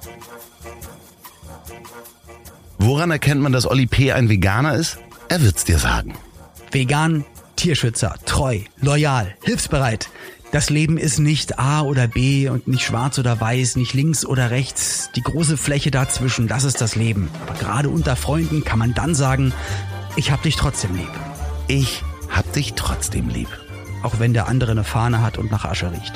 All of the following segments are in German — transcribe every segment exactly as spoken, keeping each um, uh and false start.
Woran erkennt man, dass Olli P. ein Veganer ist? Er wird's dir sagen. Vegan, Tierschützer, treu, loyal, hilfsbereit. Das Leben ist nicht A oder B und nicht schwarz oder weiß, nicht links oder rechts. Die große Fläche dazwischen, das ist das Leben. Aber gerade unter Freunden kann man dann sagen, ich hab dich trotzdem lieb. Ich hab dich trotzdem lieb. Auch wenn der andere eine Fahne hat und nach Asche riecht.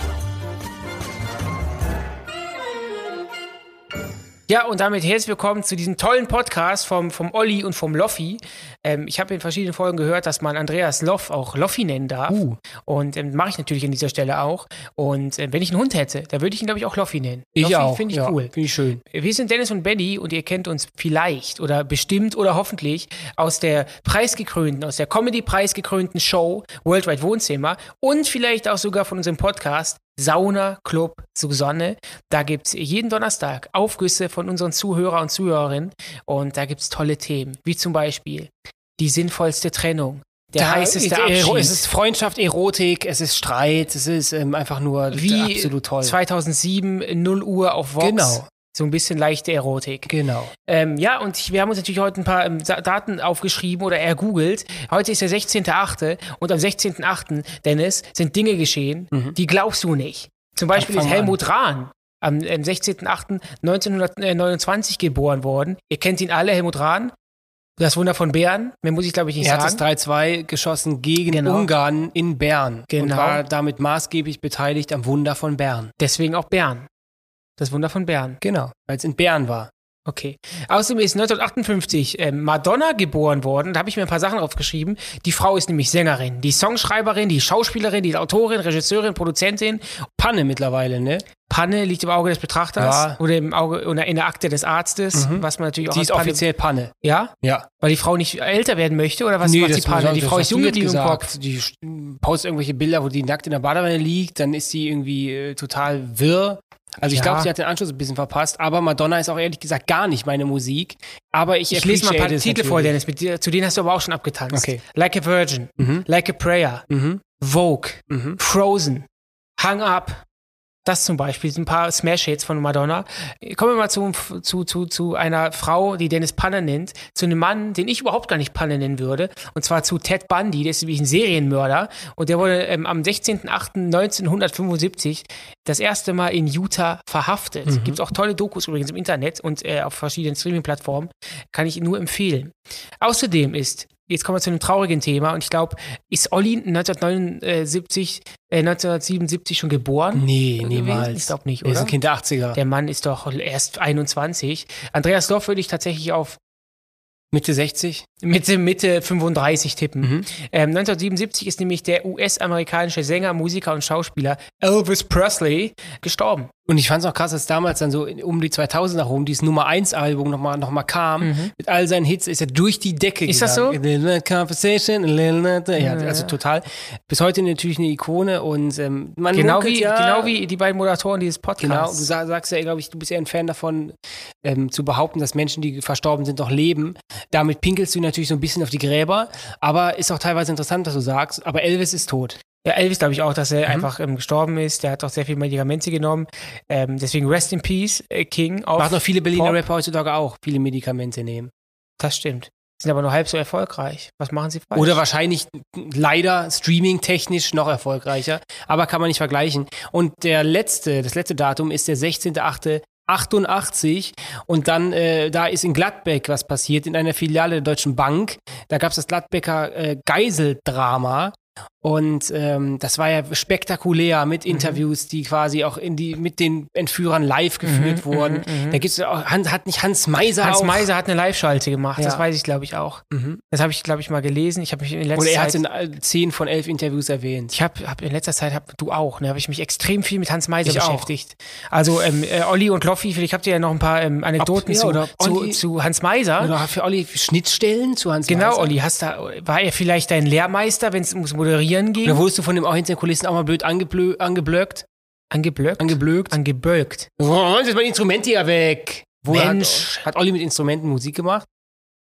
Ja, und damit herzlich willkommen zu diesem tollen Podcast vom, vom Olli und vom Loffi. Ähm, ich habe in verschiedenen Folgen gehört, dass man Andreas Loff auch Loffi nennen darf. Uh. Und ähm, mache ich natürlich an dieser Stelle auch. Und äh, wenn ich einen Hund hätte, dann würde ich ihn, glaube ich, auch Loffi nennen. Ich Loffi auch. Finde ich ja, cool. Finde ich schön. Wir sind Dennis und Benny und ihr kennt uns vielleicht oder bestimmt oder hoffentlich aus der preisgekrönten, aus der Comedy-preisgekrönten Show Worldwide Wohnzimmer und vielleicht auch sogar von unserem Podcast Sauna Club Susanne. Da gibt es jeden Donnerstag Aufgüsse von unseren Zuhörer und Zuhörerinnen und da gibt es tolle Themen, wie zum Beispiel die sinnvollste Trennung, der da heißeste Abschied. Es ist Freundschaft, Erotik, es ist Streit, es ist ähm, einfach nur wie absolut toll. zweitausendsieben, null Uhr auf Vox. Genau. So ein bisschen leichte Erotik. Genau. Ähm, ja, und ich, wir haben uns natürlich heute ein paar ähm, Daten aufgeschrieben oder ergoogelt. Heute ist der sechzehnter achte und am sechzehnten achten, Dennis, sind Dinge geschehen, mhm. die glaubst du nicht. Zum Beispiel ist Helmut Rahn am ähm, sechzehnten achten neunzehnhundertneunundzwanzig geboren worden. Ihr kennt ihn alle, Helmut Rahn. Das Wunder von Bern, mehr muss ich glaube ich nicht er sagen. Er hat das drei zwei geschossen gegen genau. Ungarn in Bern genau. und war damit maßgeblich beteiligt am Wunder von Bern. Deswegen auch Bern. Das Wunder von Bern. Genau, weil es in Bern war. Okay. Außerdem ist neunzehnhundertachtundfünfzig äh, Madonna geboren worden. Da habe ich mir ein paar Sachen aufgeschrieben. Die Frau ist nämlich Sängerin, die Songschreiberin, die Schauspielerin, die Autorin, Regisseurin, Produzentin. Panne mittlerweile, ne? Panne liegt im Auge des Betrachters ja. oder im Auge oder in der Akte des Arztes, mhm. was man natürlich auch die als ist Panne offiziell Panne. Ja? Ja. Weil die Frau nicht älter werden möchte oder was nee, macht die Panne? Die Frau ist jung geblieben im Kopf. Die postet irgendwelche Bilder, wo die nackt in der Badewanne liegt, dann ist sie irgendwie äh, total wirr. Also ich ja. glaube, sie hat den Anschluss ein bisschen verpasst, aber Madonna ist auch ehrlich gesagt gar nicht meine Musik. Aber ich Ich lese mal ein paar Titel natürlich. vor, Dennis, mit dir, zu denen hast du aber auch schon abgetanzt. Okay. Like a Virgin, mhm. Like a Prayer, mhm. Vogue, mhm. Frozen, Hung Up. Das zum Beispiel sind ein paar Smash-Hits von Madonna. Kommen wir mal zu, zu, zu, zu einer Frau, die Dennis Panne nennt, zu einem Mann, den ich überhaupt gar nicht Panne nennen würde. Und zwar zu Ted Bundy, der ist nämlich ein Serienmörder. Und der wurde ähm, am sechzehnten achten neunzehnhundertfünfundsiebzig das erste Mal in Utah verhaftet. Mhm. Gibt es auch tolle Dokus übrigens im Internet und äh, auf verschiedenen Streaming-Plattformen. Kann ich nur empfehlen. Außerdem ist, jetzt kommen wir zu einem traurigen Thema und ich glaube, ist Olli neunzehnhundertneunundsiebzig, äh, neunzehnhundertsiebenundsiebzig schon geboren? Nee, gewesen? niemals. Ich glaube nicht, oder? Er ist ein Kind der achtziger. Der Mann ist doch erst einundzwanzig. Andreas Loff würde ich tatsächlich auf Mitte sechzig? Mitte, Mitte fünfunddreißig tippen. Mhm. Ähm, neunzehnhundertsiebenundsiebzig ist nämlich der U S-amerikanische Sänger, Musiker und Schauspieler Elvis Presley gestorben. Und ich fand es auch krass, dass damals dann so um die zweitausender rum dieses Nummer eins Album nochmal noch mal kam. Mhm. Mit all seinen Hits ist er durch die Decke ist gegangen. Ist das so? Conversation, ja, also total. Bis heute natürlich eine Ikone und ähm, man genau wie, ja, genau wie die beiden Moderatoren dieses Podcasts. Genau, du sag, sagst ja, glaube ich, du bist eher ein Fan davon, ähm, zu behaupten, dass Menschen, die verstorben sind, noch leben. Damit pinkelst du natürlich so ein bisschen auf die Gräber, aber ist auch teilweise interessant, was du sagst. Aber Elvis ist tot. Ja, Elvis glaube ich auch, dass er mhm. einfach ähm, gestorben ist. Der hat auch sehr viele Medikamente genommen. Ähm, deswegen Rest in Peace, äh, King. Macht noch viele Berliner Rapper heutzutage auch, viele Medikamente nehmen. Das stimmt. Sind aber nur halb so erfolgreich. Was machen sie falsch? Oder wahrscheinlich leider streaming-technisch noch erfolgreicher. Aber kann man nicht vergleichen. Und der letzte, das letzte Datum ist der sechzehnter achte achtundachtzig und dann, äh, da ist in Gladbeck was passiert, in einer Filiale der Deutschen Bank. Da gab es das Gladbecker äh, Geiseldrama. Und ähm, das war ja spektakulär mit Interviews, die quasi auch in die mit den Entführern live geführt mhm, wurden. Mhm, da gibt's auch, hat nicht Hans Meiser Hans auch... Hans Meiser hat eine Live-Schalte gemacht, ja. Das weiß ich, glaube ich, auch. Mhm. Das habe ich, glaube ich, mal gelesen. Ich habe mich in letzter Oder er hat Zeit... es in zehn von elf Interviews erwähnt. Ich habe hab in letzter Zeit, hab, du auch, ne, habe ich mich extrem viel mit Hans Meiser ich beschäftigt. Auch. Also ähm, äh, Olli und Loffi, vielleicht habt ihr ja noch ein paar ähm, Anekdoten Ob, ja, zu, oder zu, Olli, zu Hans Meiser. Oder für Olli Schnittstellen zu Hans genau, Meiser. Genau, Olli, hast da, war er vielleicht dein Lehrmeister, wenn es ums Moderieren ging? Oder wurdest du von dem auch hinter den Kulissen auch mal blöd angeblö- angeblöckt? Angeblöckt? Angeblöckt? Angebölkt. Oh, jetzt ist mein Instrument hier weg. Wo Mensch. Hat, hat Olli mit Instrumenten Musik gemacht?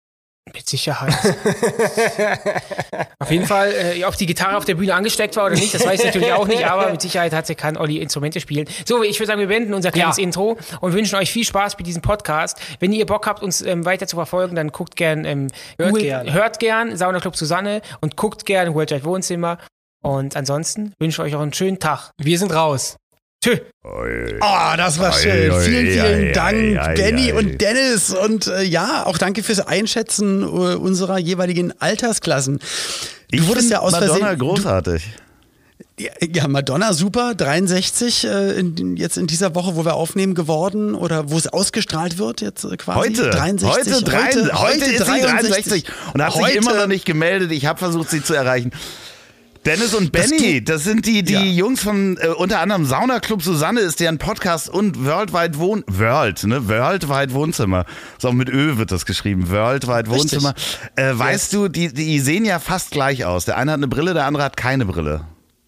Mit Sicherheit. Auf jeden Fall, äh, ob die Gitarre auf der Bühne angesteckt war oder nicht, das weiß ich natürlich auch nicht, aber mit Sicherheit hat sie, kann Olli Instrumente spielen. So, ich würde sagen, wir beenden unser kleines Ja. Intro und wünschen euch viel Spaß mit diesem Podcast. Wenn ihr Bock habt, uns ähm, weiter zu verfolgen, dann guckt gern, ähm, Hört googelt- gern. hört gern Sauna Club Susanne und guckt gern Worldwide Wohnzimmer. Und ansonsten wünsche ich euch auch einen schönen Tag. Wir sind raus. Tschö. Oh, das war schön. Oi, oi, vielen, vielen oi, Dank, oi, oi, Benny oi. und Dennis. Und äh, ja, auch danke fürs Einschätzen äh, unserer jeweiligen Altersklassen. Du Ich wurdest find ja aus Madonna Versehen. großartig. Ja, ja, Madonna, super, dreiundsechzig äh, in, jetzt in dieser Woche, wo wir aufnehmen, geworden oder wo es ausgestrahlt wird jetzt äh, quasi. Heute, dreiundsechzig, heute, drei, heute, heute ist sie dreiundsechzig und hat Heute. sich immer noch nicht gemeldet. Ich habe versucht, sie zu erreichen. Dennis und Benny, das sind die, die Ja. Jungs von äh, unter anderem Sauna Club Susanne ist deren Podcast und Worldwide Wohn... World, ne? Worldwide Wohnzimmer. So mit Ö wird das geschrieben. Worldwide Richtig. Wohnzimmer. Äh, weißt du, die, die sehen ja fast gleich aus. Der eine hat eine Brille, der andere hat keine Brille.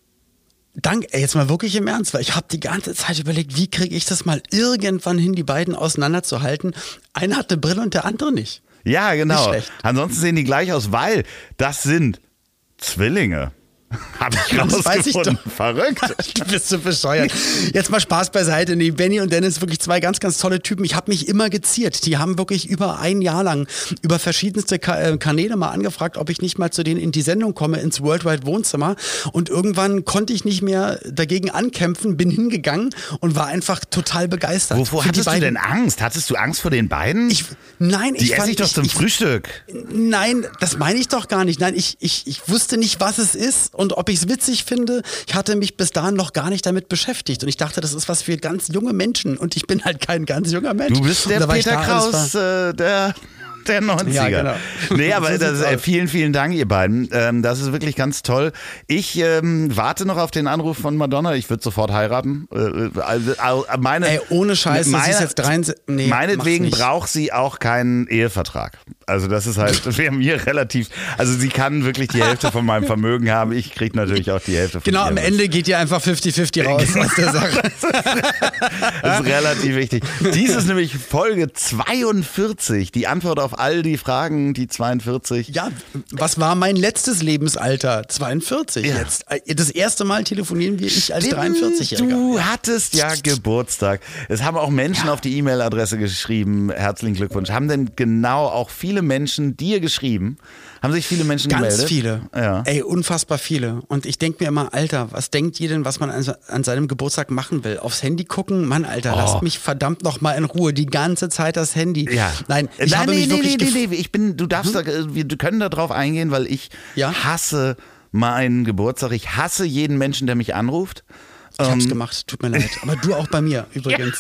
Dank, ey, jetzt mal wirklich im Ernst, weil ich habe die ganze Zeit überlegt, wie kriege ich das mal irgendwann hin, die beiden auseinanderzuhalten. Einer hat eine Brille und der andere nicht. Ja, genau. Nicht schlecht. Ansonsten sehen die gleich aus, weil das sind Zwillinge. Hab ich Das weiß ich rausgefunden. doch. Verrückt. Du bist so bescheuert. Jetzt mal Spaß beiseite. Nee, Benny und Dennis, wirklich zwei ganz, ganz tolle Typen. Ich habe mich immer geziert. Die haben wirklich über ein Jahr lang über verschiedenste Ka äh, Kanäle mal angefragt, ob ich nicht mal zu denen in die Sendung komme, ins Worldwide Wohnzimmer. Und irgendwann konnte ich nicht mehr dagegen ankämpfen, bin hingegangen und war einfach total begeistert. Wovor Für die hattest du beiden- denn Angst? Hattest du Angst vor den beiden? Ich, nein, die ich esse fand, ich doch zum ich, Frühstück. Nein, das meine ich doch gar nicht. Nein, ich, ich, ich wusste nicht, was es ist und ob ich es witzig finde. Ich hatte mich bis dahin noch gar nicht damit beschäftigt. Und ich dachte, das ist was für ganz junge Menschen. Und ich bin halt kein ganz junger Mensch. Du bist der Und da war ich Peter da, und es Kraus, äh, der, der neunziger. Ja, genau. Nee, aber So das, sieht's äh, aus. vielen, vielen Dank, ihr beiden. Ähm, das ist wirklich ganz toll. Ich ähm, warte noch auf den Anruf von Madonna. Ich würde sofort heiraten. Äh, also, äh, meine, Ey, ohne Scheiß, das meine, ist jetzt dreiundsechzig. Nee, meinetwegen mach's nicht. braucht sie auch keinen Ehevertrag. Also das ist halt, wäre mir relativ, also sie kann wirklich die Hälfte von meinem Vermögen haben. Ich kriege natürlich auch die Hälfte von Genau, am ihrem. Ende geht ihr einfach fünfzig fünfzig raus aus der Sache. Das ist relativ wichtig. Dies ist nämlich Folge zweiundvierzig. Die Antwort auf all die Fragen, die zweiundvierzig. Ja, was war mein letztes Lebensalter? zweiundvierzig Ja. jetzt. Das erste Mal telefonieren wir, ich als dreiundvierzig-Jähriger. Du hattest ja Geburtstag. Es haben auch Menschen auf die E-Mail-Adresse geschrieben. Herzlichen Glückwunsch. Haben denn genau auch viele Menschen dir geschrieben? Haben sich viele Menschen Ganz gemeldet? viele. Ja. Ey, unfassbar viele. Und ich denke mir immer, Alter, was denkt ihr denn, was man an, an seinem Geburtstag machen will? Aufs Handy gucken? Mann, Alter, Oh. lasst mich verdammt noch mal in Ruhe. Die ganze Zeit das Handy. Ja. Nein, ich Nein, habe nee, mich nee, wirklich nee, gef- nee, nee. Ich bin, du darfst, da, wir können da drauf eingehen, weil ich Ja? hasse meinen Geburtstag. Ich hasse jeden Menschen, der mich anruft. Ich hab's Ähm, gemacht, tut mir leid. Aber du auch bei mir übrigens.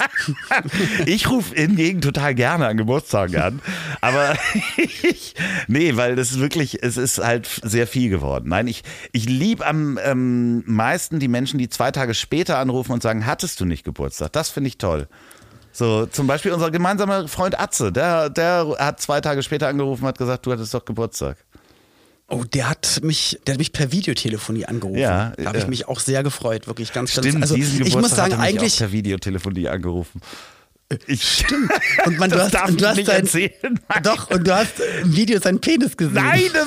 Ich rufe hingegen total gerne an Geburtstagen an, aber ich, nee, weil das ist wirklich, es ist halt sehr viel geworden. Nein, ich, ich liebe am ähm, meisten die Menschen, die zwei Tage später anrufen und sagen, hattest du nicht Geburtstag? Das finde ich toll. So, zum Beispiel unser gemeinsamer Freund Atze, der, der hat zwei Tage später angerufen und hat gesagt, du hattest doch Geburtstag. Oh, der hat mich, der hat mich per Videotelefonie angerufen. Ja, da habe ja. ich mich auch sehr gefreut, wirklich ganz, Stimmt, ganz. Also diesen ich Geburtstag muss sagen, hat er mich eigentlich auch per Videotelefonie angerufen. Ich, stimmt. Und man, du das hast, darf und du ich hast nicht dein, erzählen. Nein. doch, und du hast im Video seinen Penis gesehen. Nein, das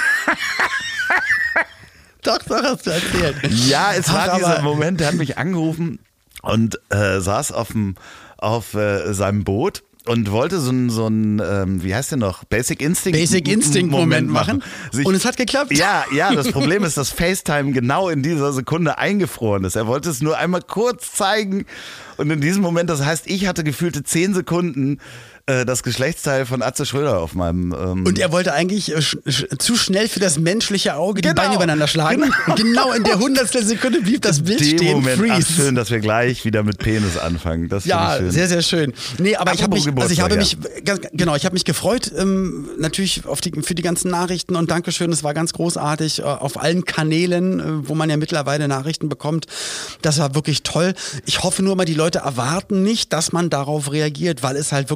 Doch, doch, hast du erzählt. Ja, es war Ach, dieser aber- Moment, der hat mich angerufen und äh, saß auf, dem, auf äh, seinem Boot und wollte so ein, so ein ähm, wie heißt der noch, Basic Instinct Basic Instinct Moment machen. Sich- Und es hat geklappt. Ja, ja, das Problem ist, dass FaceTime genau in dieser Sekunde eingefroren ist. Er wollte es nur einmal kurz zeigen und in diesem Moment, das heißt, ich hatte gefühlte zehn Sekunden äh, das Geschlechtsteil von Atze Schröder auf meinem ähm, Und er wollte eigentlich äh, sch sch zu schnell für das menschliche Auge die Genau. Beine übereinander schlagen. Genau. Und genau in der hundertstel Sekunde blieb das Bild dem stehen. Moment, ach, Freeze. schön, dass wir gleich wieder mit Penis anfangen. Das Ja, finde ich schön. sehr, sehr schön. Nee, aber ich habe Apropos mich, also ich habe Geburtstag, mich, ganz, genau, ich habe mich gefreut, ähm, natürlich auf die, für die ganzen Nachrichten und Dankeschön, es war ganz großartig, äh, auf allen Kanälen, äh, wo man ja mittlerweile Nachrichten bekommt. Das war wirklich toll. Ich hoffe nur mal, die Leute erwarten nicht, dass man darauf reagiert, weil es halt wirklich, wie du gerade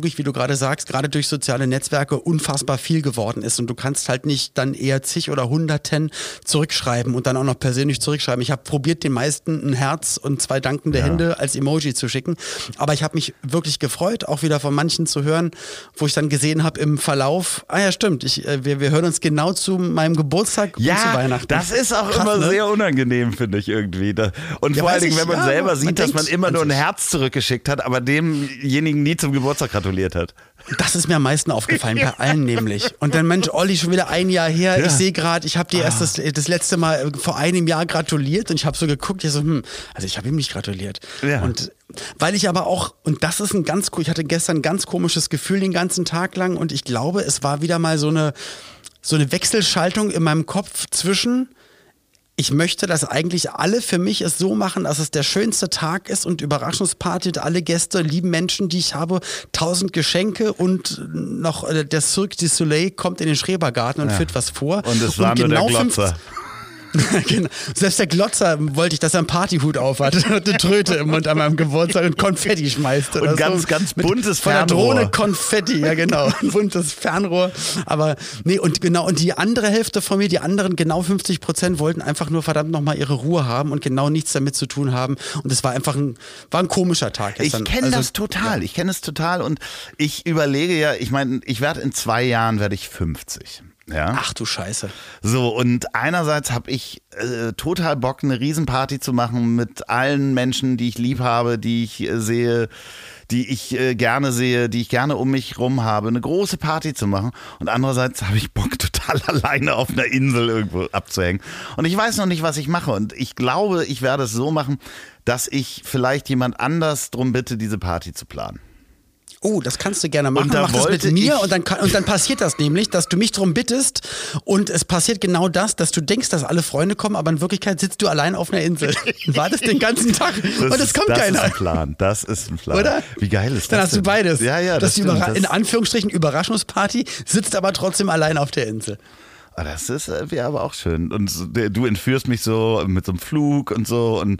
gerade sagst, gerade durch soziale Netzwerke unfassbar viel geworden ist und du kannst halt nicht dann eher zig oder hunderten zurückschreiben und dann auch noch persönlich zurückschreiben. Ich habe probiert, den meisten ein Herz und zwei dankende Ja. Hände als Emoji zu schicken, aber ich habe mich wirklich gefreut, auch wieder von manchen zu hören, wo ich dann gesehen habe im Verlauf, ah ja stimmt, ich, äh, wir, wir hören uns genau zu meinem Geburtstag und zu Ja, Weihnachten. das ist auch Krass, immer ne? sehr unangenehm, finde ich irgendwie. Da- Und Ja, vor allen weiß Dingen, ich, wenn man ja, selber man sieht, dass man denkt immer an nur ein sich. Herz zurückgeschickt hat, aber demjenigen nie zum Geburtstag gratuliert hat. Das ist mir am meisten aufgefallen, bei allen nämlich. Und dann, Mensch, Olli, schon wieder ein Jahr her. Ja. Ich sehe gerade, ich habe dir erst das, das letzte Mal vor einem Jahr gratuliert und ich habe so geguckt, ich so, hm, also ich habe ihm nicht gratuliert. Ja. Und weil ich aber auch, und das ist ein ganz, ich hatte gestern ein ganz komisches Gefühl den ganzen Tag lang und ich glaube, es war wieder mal so eine, so eine Wechselschaltung in meinem Kopf zwischen, ich möchte, dass eigentlich alle für mich es so machen, dass es der schönste Tag ist und Überraschungsparty und alle Gäste, lieben Menschen, die ich habe, tausend Geschenke und noch äh, der Cirque du Soleil kommt in den Schrebergarten und Ja. führt was vor. Und es war nur der Glotzer. fünfzig Genau. Selbst der Glotzer wollte ich, dass er einen Partyhut aufhat und eine Tröte im Mund an meinem Geburtstag und Konfetti schmeißt. Und oder ganz, so. ganz Mit- buntes Von der Fernrohr. Drohne Konfetti, ja genau. Ein buntes Fernrohr. Aber nee, und genau, und die andere Hälfte von mir, die anderen genau fünfzig Prozent wollten einfach nur verdammt nochmal ihre Ruhe haben und genau nichts damit zu tun haben. Und es war einfach ein, war ein komischer Tag Ich gestern. kenne Also, das total, ich kenne es total und ich überlege ja, ich meine, ich werde in zwei Jahren werde ich fünfzig. Ja. Ach du Scheiße. So, und einerseits habe ich äh, total Bock, eine Riesenparty zu machen mit allen Menschen, die ich lieb habe, die ich äh, sehe, die ich äh, gerne sehe, die ich gerne um mich rum habe, eine große Party zu machen. Und andererseits habe ich Bock, total alleine auf einer Insel irgendwo abzuhängen. Und ich weiß noch nicht, was ich mache. Und ich glaube, ich werde es so machen, dass ich vielleicht jemand anders drum bitte, diese Party zu planen. Oh, das kannst du gerne machen. Und da Mach das mit wollte mir ich- und dann, kann, und dann passiert das nämlich, dass du mich darum bittest und es passiert genau das, dass du denkst, dass alle Freunde kommen, aber in Wirklichkeit sitzt du allein auf einer Insel. Wartest den ganzen Tag und es ist- kommt das keiner. ist ein Plan, das ist ein Plan. Oder? Wie geil ist das Dann hast du denn? beides. Ja, ja, das das ist die stimmt. Überra- in Anführungsstrichen Überraschungsparty, sitzt aber trotzdem allein auf der Insel. Ah, das ist äh, wäre aber auch schön. Und so, der- du entführst mich so mit so einem Flug und so und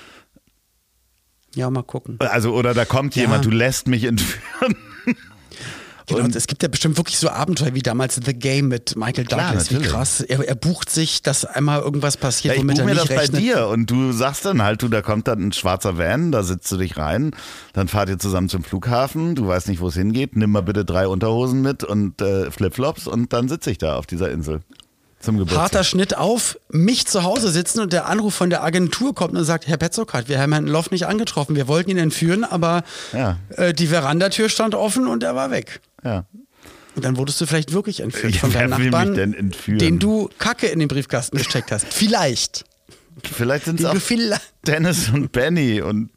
Ja, mal gucken. also oder da kommt Ja. jemand, du lässt mich entführen. Genau, und es gibt ja bestimmt wirklich so Abenteuer wie damals The Game mit Michael Klar, Douglas. Wie natürlich. krass. Er, er bucht sich, dass einmal irgendwas passiert, Ja, ich womit buche er mir nicht das bei rechnet. dir und du sagst dann halt, du, da kommt dann ein schwarzer Van, da sitzt du dich rein, dann fahrt ihr zusammen zum Flughafen, du weißt nicht, wo es hingeht, nimm mal bitte drei Unterhosen mit und äh, Flipflops und dann sitze ich da auf dieser Insel zum Geburtstag. Harter Schnitt auf, mich zu Hause sitzen und der Anruf von der Agentur kommt und sagt, Herr Petzokat, wir haben Herrn Loff nicht angetroffen, wir wollten ihn entführen, aber Ja. äh, die Verandatür stand offen und er war weg. Ja. Und dann wurdest du vielleicht wirklich entführt Ja, von deinem wer will mich Nachbarn, denn entführen? den du Kacke in den Briefkasten gesteckt hast. Vielleicht. Vielleicht sind es Den auch du vielleicht. Dennis und Benny und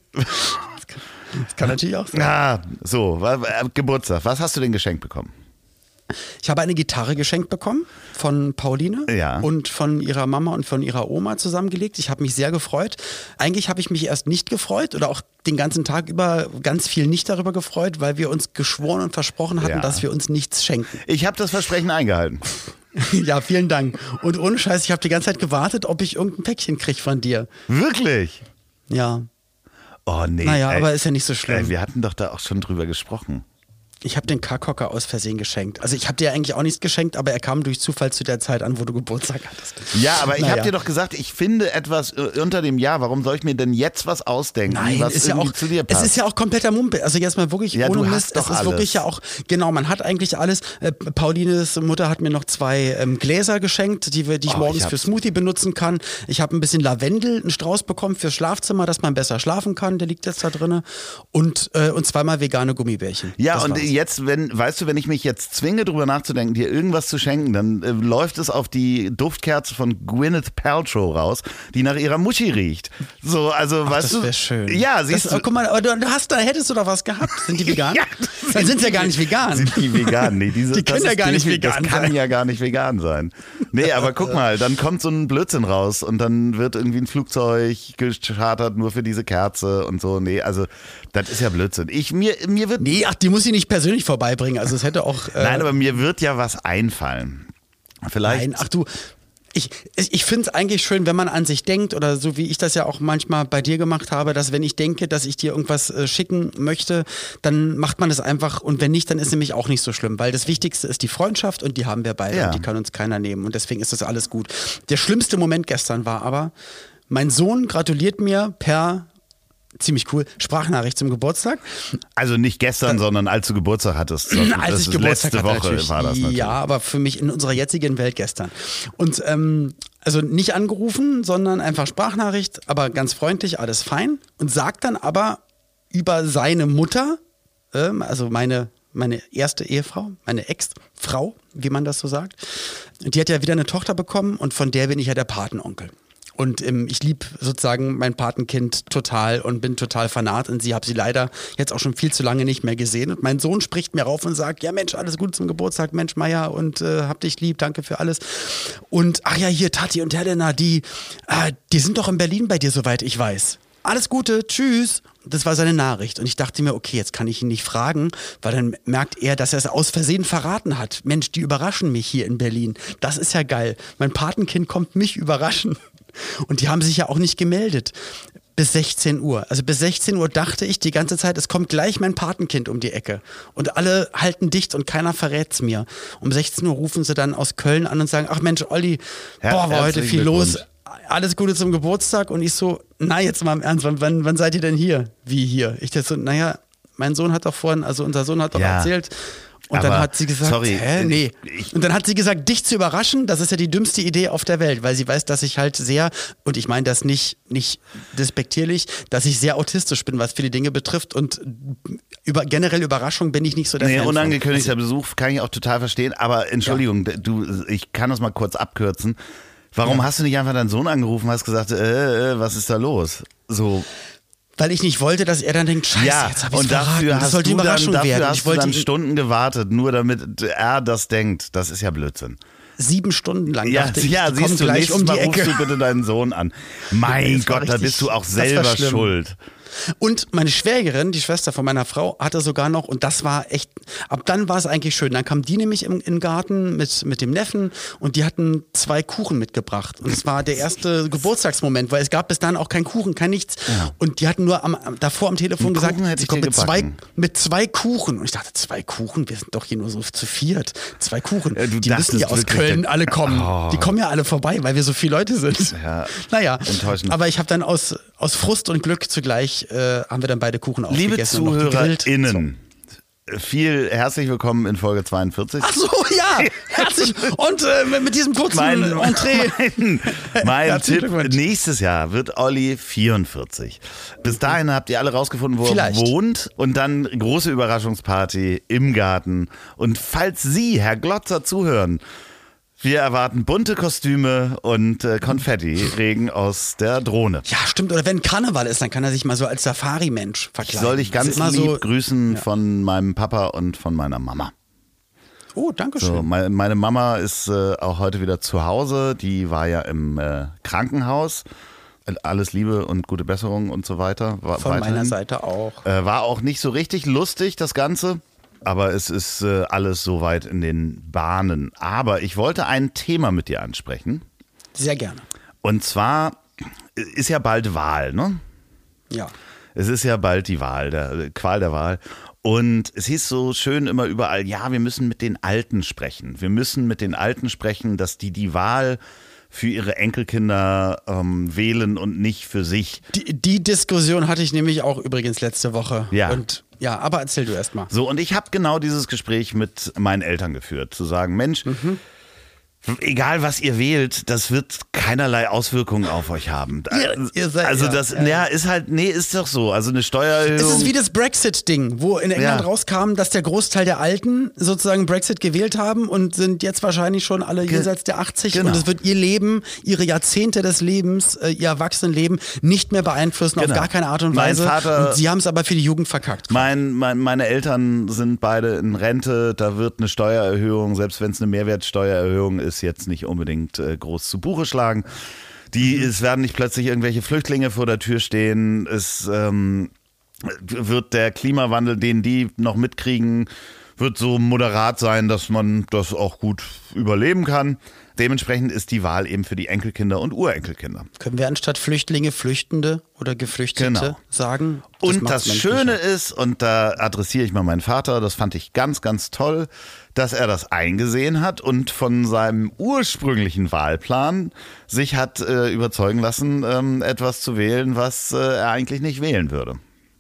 Das kann natürlich auch sein. ah, so, wa- wa- Geburtstag. Was hast du denn geschenkt bekommen? Ich habe eine Gitarre geschenkt bekommen von Pauline Ja. und von ihrer Mama und von ihrer Oma zusammengelegt. Ich habe mich sehr gefreut. Eigentlich habe ich mich erst nicht gefreut oder auch den ganzen Tag über ganz viel nicht darüber gefreut, weil wir uns geschworen und versprochen hatten, Ja. dass wir uns nichts schenken. Ich habe das Versprechen eingehalten. Ja, vielen Dank. Und ohne Scheiß, ich habe die ganze Zeit gewartet, ob ich irgendein Päckchen kriege von dir. Wirklich? Ja. Oh nee. Naja, ey, aber ist ja nicht so schlimm. ey, wir hatten doch da auch schon drüber gesprochen. Ich habe den K-Cocker aus Versehen geschenkt. Also ich habe dir eigentlich auch nichts geschenkt, aber er kam durch Zufall zu der Zeit an, wo du Geburtstag hattest. Ja, aber ich Naja. habe dir doch gesagt, ich finde etwas äh, unter dem Jahr. Warum soll ich mir denn jetzt was ausdenken, Nein, was ist ja irgendwie auch, zu dir es passt? ist ja auch kompletter Mumpe. Also jetzt mal wirklich Ja, ohne du hast Mist. doch Es ist alles. wirklich ja auch, genau, man hat eigentlich alles. Äh, Paulines Mutter hat mir noch zwei ähm, Gläser geschenkt, die, wir, die ich Oh, morgens ich hab- für Smoothie benutzen kann. Ich habe ein bisschen Lavendel, einen Strauß bekommen fürs Schlafzimmer, dass man besser schlafen kann. Der liegt jetzt da drinne. Und, äh, und zweimal vegane Gummibärchen. Ja, Das und war's. jetzt, wenn, weißt du, wenn ich mich jetzt zwinge, drüber nachzudenken, dir irgendwas zu schenken, dann äh, läuft es auf die Duftkerze von Gwyneth Paltrow raus, die nach ihrer Muschi riecht. So, also, Ach, weißt das du. wäre schön. Ja, siehst das, du. oh, guck mal, aber du hast, da hättest du doch was gehabt. Sind die vegan? Ja, Dann sind sie ja gar nicht vegan. Sind die vegan? Nee, diese, Die können das ja ist gar nicht definitiv- vegan Das kann sein. ja gar nicht vegan sein. Nee, aber guck mal, dann kommt so ein Blödsinn raus und dann wird irgendwie ein Flugzeug gechartert nur für diese Kerze und so. Nee, also das ist ja Blödsinn. Ich, mir, mir wird, Nee, ach, die muss ich nicht persönlich vorbeibringen. Also es hätte auch. Äh, nein, aber mir wird ja was einfallen. Vielleicht. Nein, ach du, Ich, ich finde es eigentlich schön, wenn man an sich denkt oder so wie ich das ja auch manchmal bei dir gemacht habe, dass wenn ich denke, dass ich dir irgendwas äh, schicken möchte, dann macht man das einfach und wenn nicht, dann ist nämlich auch nicht so schlimm, weil das Wichtigste ist die Freundschaft und die haben wir beide Ja. und die kann uns keiner nehmen und deswegen ist das alles gut. Der schlimmste Moment gestern war aber, mein Sohn gratuliert mir per, ziemlich cool, Sprachnachricht zum Geburtstag. Also nicht gestern, sondern als du Geburtstag hattest. Das Als ich ist Geburtstag letzte hatte, Woche natürlich. war das natürlich. Ja, aber für mich in unserer jetzigen Welt gestern. Und ähm, also nicht angerufen, sondern einfach Sprachnachricht, aber ganz freundlich, alles fein. Und sagt dann aber über seine Mutter, ähm, also meine, meine erste Ehefrau, meine Ex-Frau, wie man das so sagt, die hat ja wieder eine Tochter bekommen und von der bin ich ja der Patenonkel. Und ähm, ich liebe sozusagen mein Patenkind total und bin total fanat und sie habe sie leider jetzt auch schon viel zu lange nicht mehr gesehen. Und mein Sohn spricht mir rauf und sagt, ja Mensch, alles Gute zum Geburtstag, Mensch Meier und äh, hab dich lieb, danke für alles. Und ach ja, hier Tati und Helena, die, äh, die sind doch in Berlin bei dir, soweit ich weiß. Alles Gute, tschüss. Das war seine Nachricht. Und ich dachte mir, okay, jetzt kann ich ihn nicht fragen, weil dann merkt er, dass er es aus Versehen verraten hat. Mensch, die überraschen mich hier in Berlin. Das ist ja geil. Mein Patenkind kommt mich überraschen. Und die haben sich ja auch nicht gemeldet. Bis sechzehn Uhr. Also bis sechzehn Uhr dachte ich die ganze Zeit, es kommt gleich mein Patenkind um die Ecke. Und alle halten dicht und keiner verrät's mir. Um sechzehn Uhr rufen sie dann aus Köln an und sagen, ach Mensch, Olli, Her- boah, war heute herzlichen viel los. Glückwunsch. Alles Gute zum Geburtstag. Und ich so, na jetzt mal im Ernst, wann, wann, wann seid ihr denn hier? Wie hier? Ich dachte so, naja, mein Sohn hat doch vorhin, also unser Sohn hat doch Ja. erzählt. Und Aber, dann hat sie gesagt, sorry, hä, nee. ich- Und dann hat sie gesagt, dich zu überraschen, das ist ja die dümmste Idee auf der Welt, weil sie weiß, dass ich halt sehr, und ich meine das nicht, nicht despektierlich, dass ich sehr autistisch bin, was viele Dinge betrifft und über, generell Überraschung bin ich nicht so der Nee, Fan von. unangekündigter Besuch kann ich auch total verstehen, aber Entschuldigung, du, ich kann das mal kurz abkürzen. Warum Ja. hast du nicht einfach deinen Sohn angerufen und hast gesagt, äh, äh, was ist da los? So. Weil ich nicht wollte, dass er dann denkt, scheiße, Ja, jetzt hab ich's und verraten. dafür Das hast sollte du die dann, Überraschung dafür werden. hast Ich du wollte dann ihn Stunden gewartet, nur damit er das denkt. Das ist ja Blödsinn. sieben Stunden lang Ja, dachte ich, ja die kommen siehst du, gleich nächstes um die Mal Ecke. rufst du bitte deinen Sohn an. Mein Das war Gott, da richtig- bist du auch das war selber schlimm. schuld. Und meine Schwägerin, die Schwester von meiner Frau, hatte sogar noch, und das war echt, ab dann war es eigentlich schön. Dann kam die nämlich im, in den Garten mit, mit dem Neffen und die hatten zwei Kuchen mitgebracht. Und es war der erste Geburtstagsmoment, weil es gab bis dahin auch keinen Kuchen, kein nichts. Und die hatten nur am, am, davor am Telefon Einen gesagt, Kuchen hätte sie ich kommt dir mit zwei, gebacken. mit zwei Kuchen. Und ich dachte, zwei Kuchen? Wir sind doch hier nur so zu viert. Zwei Kuchen. Ja, du die müssen ja dachtest aus wirklich, Köln der- alle kommen. Oh. Die kommen ja alle vorbei, weil wir so viele Leute sind. Ja, naja, enttäuschend. aber ich habe dann aus, aus Frust und Glück zugleich, äh, haben wir dann beide Kuchen Liebe aufgegessen und noch gegrillt. ZuhörerInnen, viel herzlich willkommen in Folge zweiundvierzig. Ach so, ja, herzlich. Und äh, mit diesem kurzen Mein, Entree. mein, mein Herzlichen Tipp, Glückwunsch. nächstes Jahr wird Olli vierundvierzig. Bis dahin habt ihr alle rausgefunden, wo Vielleicht. er wohnt und dann große Überraschungsparty im Garten. Und falls Sie, Herr Glotzer, zuhören, wir erwarten bunte Kostüme und äh, Konfetti-Regen aus der Drohne. Ja, stimmt. Oder wenn Karneval ist, dann kann er sich mal so als Safari-Mensch Ich verkleiden. soll dich Das ganz ist immer lieb so, grüßen von meinem Papa und von meiner Mama. Oh, danke schön. So, meine, meine Mama ist äh, auch heute wieder zu Hause. Die war ja im äh, Krankenhaus. Alles Liebe und gute Besserung und so weiter. War, Von weiterhin. meiner Seite auch. Äh, war auch nicht so richtig lustig, das Ganze. Aber es ist äh, alles soweit in den Bahnen. Aber ich wollte ein Thema mit dir ansprechen. Sehr gerne. Und zwar ist ja bald Wahl, ne? Ja. Es ist ja bald die Wahl, der Qual der Wahl. Und es hieß so schön immer überall, ja, wir müssen mit den Alten sprechen. Wir müssen mit den Alten sprechen, dass die die Wahl für ihre Enkelkinder ähm, wählen und nicht für sich. Die, die Diskussion hatte ich nämlich auch übrigens letzte Woche. Ja. Und ja, aber erzähl du erst mal. So, und ich habe genau dieses Gespräch mit meinen Eltern geführt, zu sagen, Mensch, egal was ihr wählt, das wird keinerlei Auswirkungen auf euch haben. Ihr- ihr seid- also ja, das, ja. ja, ist halt, nee, ist doch so. Also eine Steuererhöhung. Es ist wie das Brexit-Ding, wo in England Ja. rauskam, dass der Großteil der Alten sozusagen Brexit gewählt haben und sind jetzt wahrscheinlich schon alle jenseits der achtzig genau. und es wird ihr Leben, ihre Jahrzehnte des Lebens, äh, ihr Erwachsenenleben nicht mehr beeinflussen, Genau. auf gar keine Art und Mein Weise. Vater- und sie haben es aber für die Jugend verkackt. Mein, mein, meine Eltern sind beide in Rente, da wird eine Steuererhöhung, selbst wenn es eine Mehrwertsteuererhöhung ist, jetzt nicht unbedingt äh, groß zu Buche schlagen. Die, Es werden nicht plötzlich irgendwelche Flüchtlinge vor der Tür stehen, es ähm, wird der Klimawandel, den die noch mitkriegen, wird so moderat sein, dass man das auch gut überleben kann. dementsprechend ist die Wahl eben für die Enkelkinder und Urenkelkinder. Können wir anstatt Flüchtlinge Flüchtende oder Geflüchtete Genau. sagen? Und macht's das Schöne menschlicher. ist, und da adressiere ich mal meinen Vater, das fand ich ganz, ganz toll, dass er das eingesehen hat und von seinem ursprünglichen Wahlplan sich hat äh, überzeugen lassen, ähm, etwas zu wählen, was äh, er eigentlich nicht wählen würde.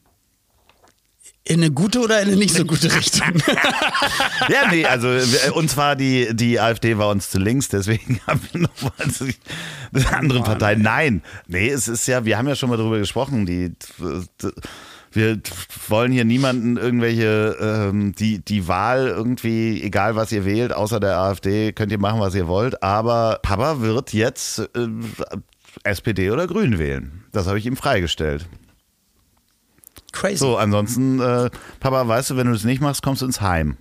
In eine gute oder in eine nicht so gute Richtung? Ja, nee, also wir- uns war die, die AfD war uns zu links, deswegen haben wir noch mal also die die andere Partei. Nein, nee, es ist ja, wir haben ja schon mal darüber gesprochen, die, die wir wollen hier niemanden irgendwelche, ähm, die, die Wahl irgendwie, egal was ihr wählt, außer der AfD, könnt ihr machen, was ihr wollt, aber Papa wird jetzt äh, S P D oder Grün wählen. Das habe ich ihm freigestellt. Crazy. So, ansonsten, äh, Papa, weißt du, wenn du das nicht machst, kommst du ins Heim.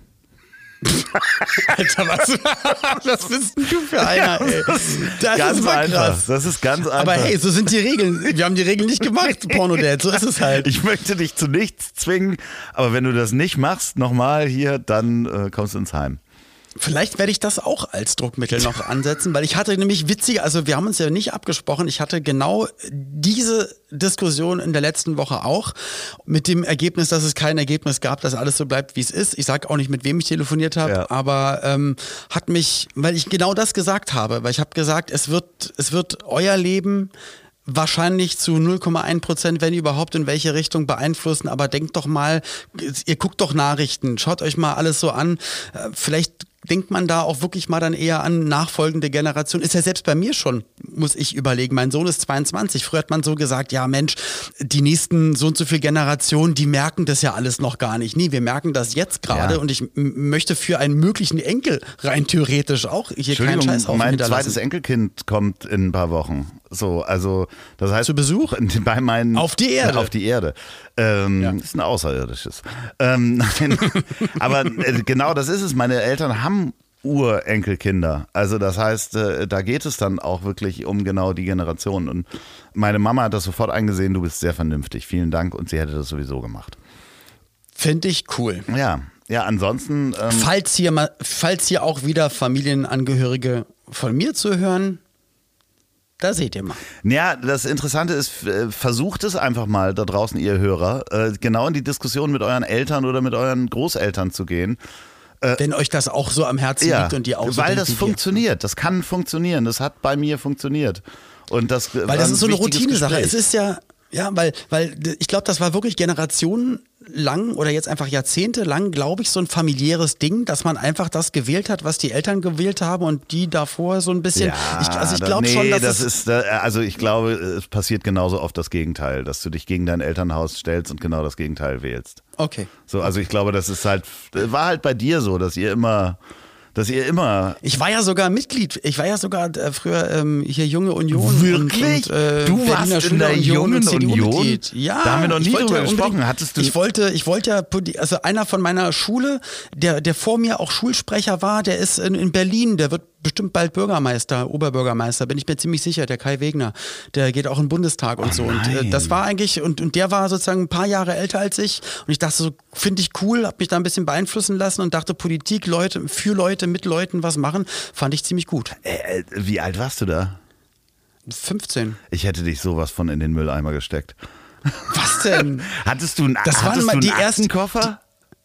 Alter, was, was bist denn du für einer, ey? Das Ganz ist mal einfach. krass. Das ist ganz einfach. Aber hey, so sind die Regeln. Wir haben die Regeln nicht gemacht, Pornodad. So ist es halt. Ich möchte dich zu nichts zwingen, aber wenn du das nicht machst, nochmal hier, dann äh, kommst du ins Heim. Vielleicht werde ich das auch als Druckmittel noch ansetzen, weil ich hatte nämlich witzige, also wir haben uns ja nicht abgesprochen, ich hatte genau diese Diskussion in der letzten Woche auch mit dem Ergebnis, dass es kein Ergebnis gab, dass alles so bleibt, wie es ist. Ich sage auch nicht, mit wem ich telefoniert habe, Ja. aber ähm, hat mich, weil ich genau das gesagt habe, weil ich habe gesagt, es wird, es wird euer Leben wahrscheinlich zu null Komma eins Prozent, wenn überhaupt, in welche Richtung beeinflussen. Aber denkt doch mal, ihr guckt doch Nachrichten, schaut euch mal alles so an. Äh, Vielleicht denkt man da auch wirklich mal dann eher an nachfolgende Generation. Ist ja selbst bei mir schon, muss ich überlegen. Mein Sohn ist zweiundzwanzig. Früher hat man so gesagt, ja Mensch, die nächsten so und so viele Generationen, die merken das ja alles noch gar nicht. Nee, wir merken das jetzt gerade Ja. und ich m- möchte für einen möglichen Enkel rein theoretisch auch hier keinen Entschuldigung, Scheiß auf mein hinterlassen. zweites Enkelkind kommt in ein paar Wochen. So, also das heißt Zu Besuch? bei meinen Auf die Erde. Auf die Erde. Ähm, Ja. Ist ein außerirdisches. Ähm, nein, aber äh, genau das ist es. Meine Eltern haben Urenkelkinder. Also das heißt, äh, da geht es dann auch wirklich um genau die Generation. Und meine Mama hat das sofort eingesehen, du bist sehr vernünftig. Vielen Dank. Und sie hätte das sowieso gemacht. Finde ich cool. Ja, ja, ansonsten. Ähm, Falls hier mal, falls hier auch wieder Familienangehörige von mir zu hören, da seht ihr mal. Ja, das Interessante ist, äh, versucht es einfach mal da draußen, ihr Hörer, äh, genau in die Diskussion mit euren Eltern oder mit euren Großeltern zu gehen. Wenn euch das auch so am Herzen Ja, liegt und die auch so weil denkt das wie wir. funktioniert. Das kann funktionieren. Das hat bei mir funktioniert. Und das Weil war das ein ist so eine wichtiges Routinesache. Gespräch. Es ist ja, ja, weil, weil ich glaube, das war wirklich generationenlang oder jetzt einfach jahrzehntelang, glaube ich, so ein familiäres Ding, dass man einfach das gewählt hat, was die Eltern gewählt haben und die davor so ein bisschen. Ja, ich, also ich da- glaube nee, schon, dass das es, ist, äh, also ich glaube, es passiert genauso oft das Gegenteil, dass du dich gegen dein Elternhaus stellst und genau das Gegenteil wählst. okay. So, also ich glaube, das ist halt, war halt bei dir so, dass ihr immer, dass ihr immer Ich war ja sogar Mitglied. Ich war ja sogar äh, früher ähm, hier Junge Union. Wirklich? Und, und, äh, Du Berliner warst in Schüler der Union Jungen und C D Union? U-Mitglied. Ja, Da haben wir noch ich nie wollte drüber ja unbedingt- gesprochen. Hattest du- Ich wollte, ich wollte ja, poli- also einer von meiner Schule, der, der vor mir auch Schulsprecher war, der ist in, in Berlin, der wird bestimmt bald Bürgermeister, Oberbürgermeister, bin ich mir ziemlich sicher, der Kai Wegner. Der geht auch in den Bundestag und Oh so. Und äh, nein. das war eigentlich, und, und der war sozusagen ein paar Jahre älter als ich. Und ich dachte so, finde ich cool, habe mich da ein bisschen beeinflussen lassen und dachte, Politik, Leute, für Leute, mit Leuten was machen, fand ich ziemlich gut. Äh, wie alt warst du da? fünfzehn. Ich hätte dich sowas von in den Mülleimer gesteckt. Was denn? Hattest du einen, Das waren hattest mal du die einen ersten- Aktenkoffer?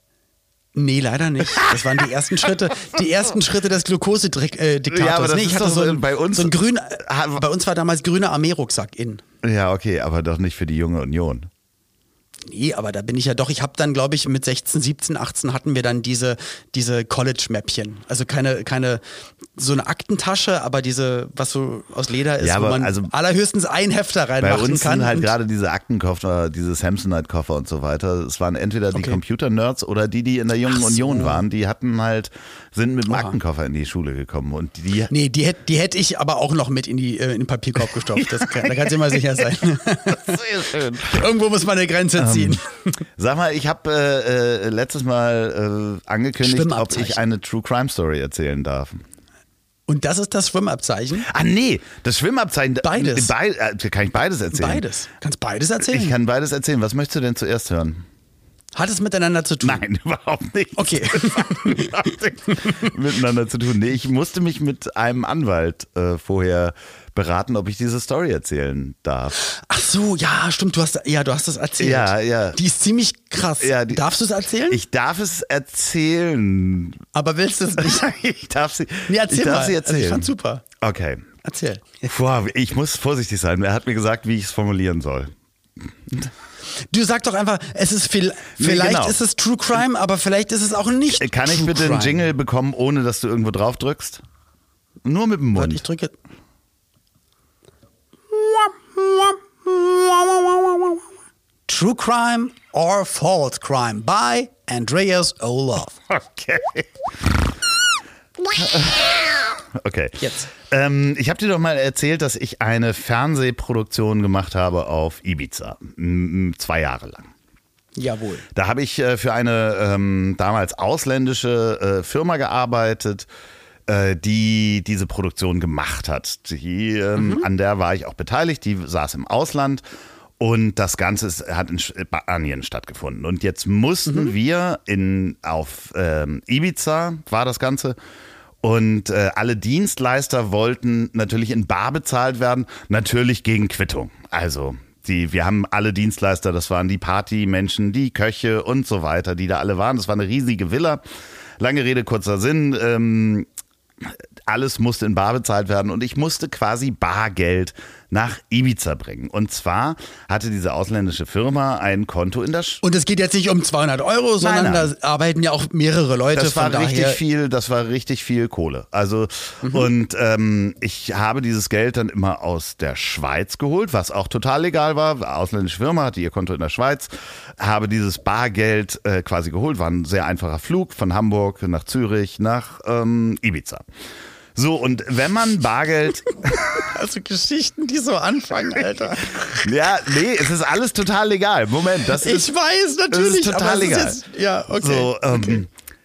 Nee, leider nicht. Das waren die ersten Schritte, die ersten Schritte des Glukose-Diktators. Ja, aber das nee, ist ich hatte doch so ein, bei uns- so ein grün, Ha- bei uns war damals grüner Armeerucksack in. Ja, okay, aber doch nicht für die junge Union. Nee, aber da bin ich ja doch, ich habe dann, glaube ich, mit sechzehn, siebzehn, achtzehn hatten wir dann diese, diese College-Mäppchen. Also keine, keine, so eine Aktentasche, aber diese, was so aus Leder ist, Ja, wo aber man also allerhöchstens einen Hefter Bei reinmachen uns kann. sind halt und- gerade diese Aktenkoffer, diese Samsonite-Koffer und so weiter. Es waren entweder die Okay. Computer-Nerds oder die, die in der Jungen Ach so. Union waren. Die hatten halt, sind mit dem Oha. Aktenkoffer in die Schule gekommen. Und die, Nee, die hätte die hätt ich aber auch noch mit in, die, äh, in den Papierkorb gestopft. Das kann, da kannst du immer sicher sein. sehr schön. Irgendwo muss man eine Grenze ziehen. Sag mal, ich habe äh, äh, letztes Mal äh, angekündigt, ob Schwimmabzeichen. ich eine True Crime Story erzählen darf. Und das ist das Schwimmabzeichen? Ah nee, das Schwimmabzeichen. Beides. Be äh, kann ich beides erzählen? Beides. Kannst beides erzählen. Ich kann beides erzählen. Was möchtest du denn zuerst hören? Hat es miteinander zu tun? Nein, überhaupt nicht. Okay. Miteinander zu tun. Nee, ich musste mich mit einem Anwalt äh, vorher beraten, ob ich diese Story erzählen darf. Ach so, ja, stimmt, du hast, ja, du hast das erzählt. Ja, ja. Die ist ziemlich krass. Ja, die, Darfst du es erzählen? Ich darf es erzählen. Aber willst du es nicht? ich darf sie, Nee, erzähl ich darf mal. sie erzählen. Also ich fand's super. Okay. Erzähl. Boah, ich muss vorsichtig sein. Er hat mir gesagt, wie ich es formulieren soll. Du sag doch einfach, es ist viel, vielleicht genau. ist es True Crime, aber vielleicht ist es auch nicht Kann True ich bitte Crime. einen Jingle bekommen, ohne dass du irgendwo drauf drückst? Nur mit dem Mund. Warte, ich drücke. True Crime or False Crime by Andreas Olaf. Okay. Okay. Jetzt. Ähm, ich habe dir doch mal erzählt, dass ich eine Fernsehproduktion gemacht habe auf Ibiza. M- Zwei Jahre lang. Jawohl. Da habe ich äh, für eine ähm, damals ausländische äh, Firma gearbeitet, äh, die diese Produktion gemacht hat. Die, ähm, mhm. An der war ich auch beteiligt, die saß im Ausland. Und das Ganze ist, hat in Spanien stattgefunden. Und jetzt mussten mhm. wir in, auf ähm, Ibiza, war das Ganze. Und äh, alle Dienstleister wollten natürlich in bar bezahlt werden, natürlich gegen Quittung. Also die, wir haben alle Dienstleister, das waren die Partymenschen, die Köche und so weiter, die da alle waren. Das war eine riesige Villa. Lange Rede, kurzer Sinn. Ähm, alles musste in bar bezahlt werden und ich musste quasi Bargeld nach Ibiza bringen. Und zwar hatte diese ausländische Firma ein Konto in der Sch Und es geht jetzt nicht um zweihundert Euro, sondern nein, nein. da arbeiten ja auch mehrere Leute. Das war von richtig daher viel, das war richtig viel Kohle. Also mhm. und ähm, ich habe dieses Geld dann immer aus der Schweiz geholt, was auch total legal war. Eine ausländische Firma hatte ihr Konto in der Schweiz, habe dieses Bargeld äh, quasi geholt. War ein sehr einfacher Flug von Hamburg nach Zürich nach ähm, Ibiza. So, und wenn man Bargeld... Also Geschichten, die so anfangen, Alter. Ja, nee, es ist alles total legal. Moment, das ist... Ich weiß, natürlich. Das ist total aber legal. Ist jetzt, ja, okay. So, ähm, okay.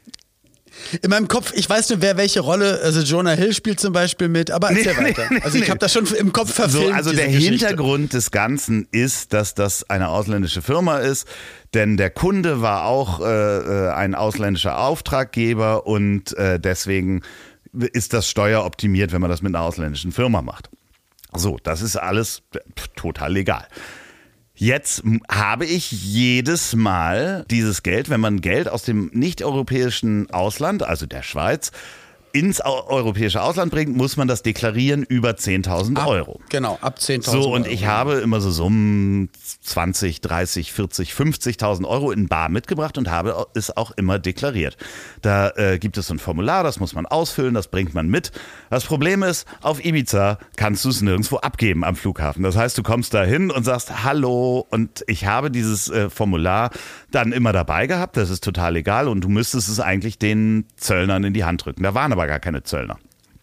In meinem Kopf, ich weiß nur, wer welche Rolle, also Jonah Hill spielt zum Beispiel mit, aber erzähl nee, weiter. Nee, also ich nee. habe das schon im Kopf verfilmt. So, also der Geschichte. Hintergrund des Ganzen ist, dass das eine ausländische Firma ist, denn der Kunde war auch äh, ein ausländischer Auftraggeber und äh, deswegen ist das steueroptimiert, wenn man das mit einer ausländischen Firma macht. So, das ist alles total legal. Jetzt habe ich jedes Mal dieses Geld, wenn man Geld aus dem nicht-europäischen Ausland, also der Schweiz, ins europäische Ausland bringt, muss man das deklarieren über zehntausend Euro. Genau, ab zehntausend So, und Euro. ich habe immer so Summen zwanzig, dreißig, vierzig, fünfzigtausend Euro in bar mitgebracht und habe es auch immer deklariert. Da äh, gibt es so ein Formular, das muss man ausfüllen, das bringt man mit. Das Problem ist, auf Ibiza kannst du es nirgendwo abgeben am Flughafen. Das heißt, du kommst da hin und sagst Hallo und ich habe dieses äh, Formular dann immer dabei gehabt, das ist total egal und du müsstest es eigentlich den Zöllnern in die Hand drücken. Da waren aber gar keine Zöllner.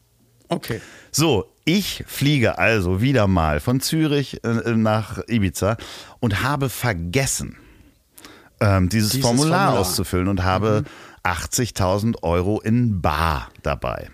Okay. So, ich fliege also wieder mal von Zürich äh, nach Ibiza und habe vergessen, ähm, dieses, dieses Formular, Formular auszufüllen und habe mhm. achtzigtausend Euro in bar dabei.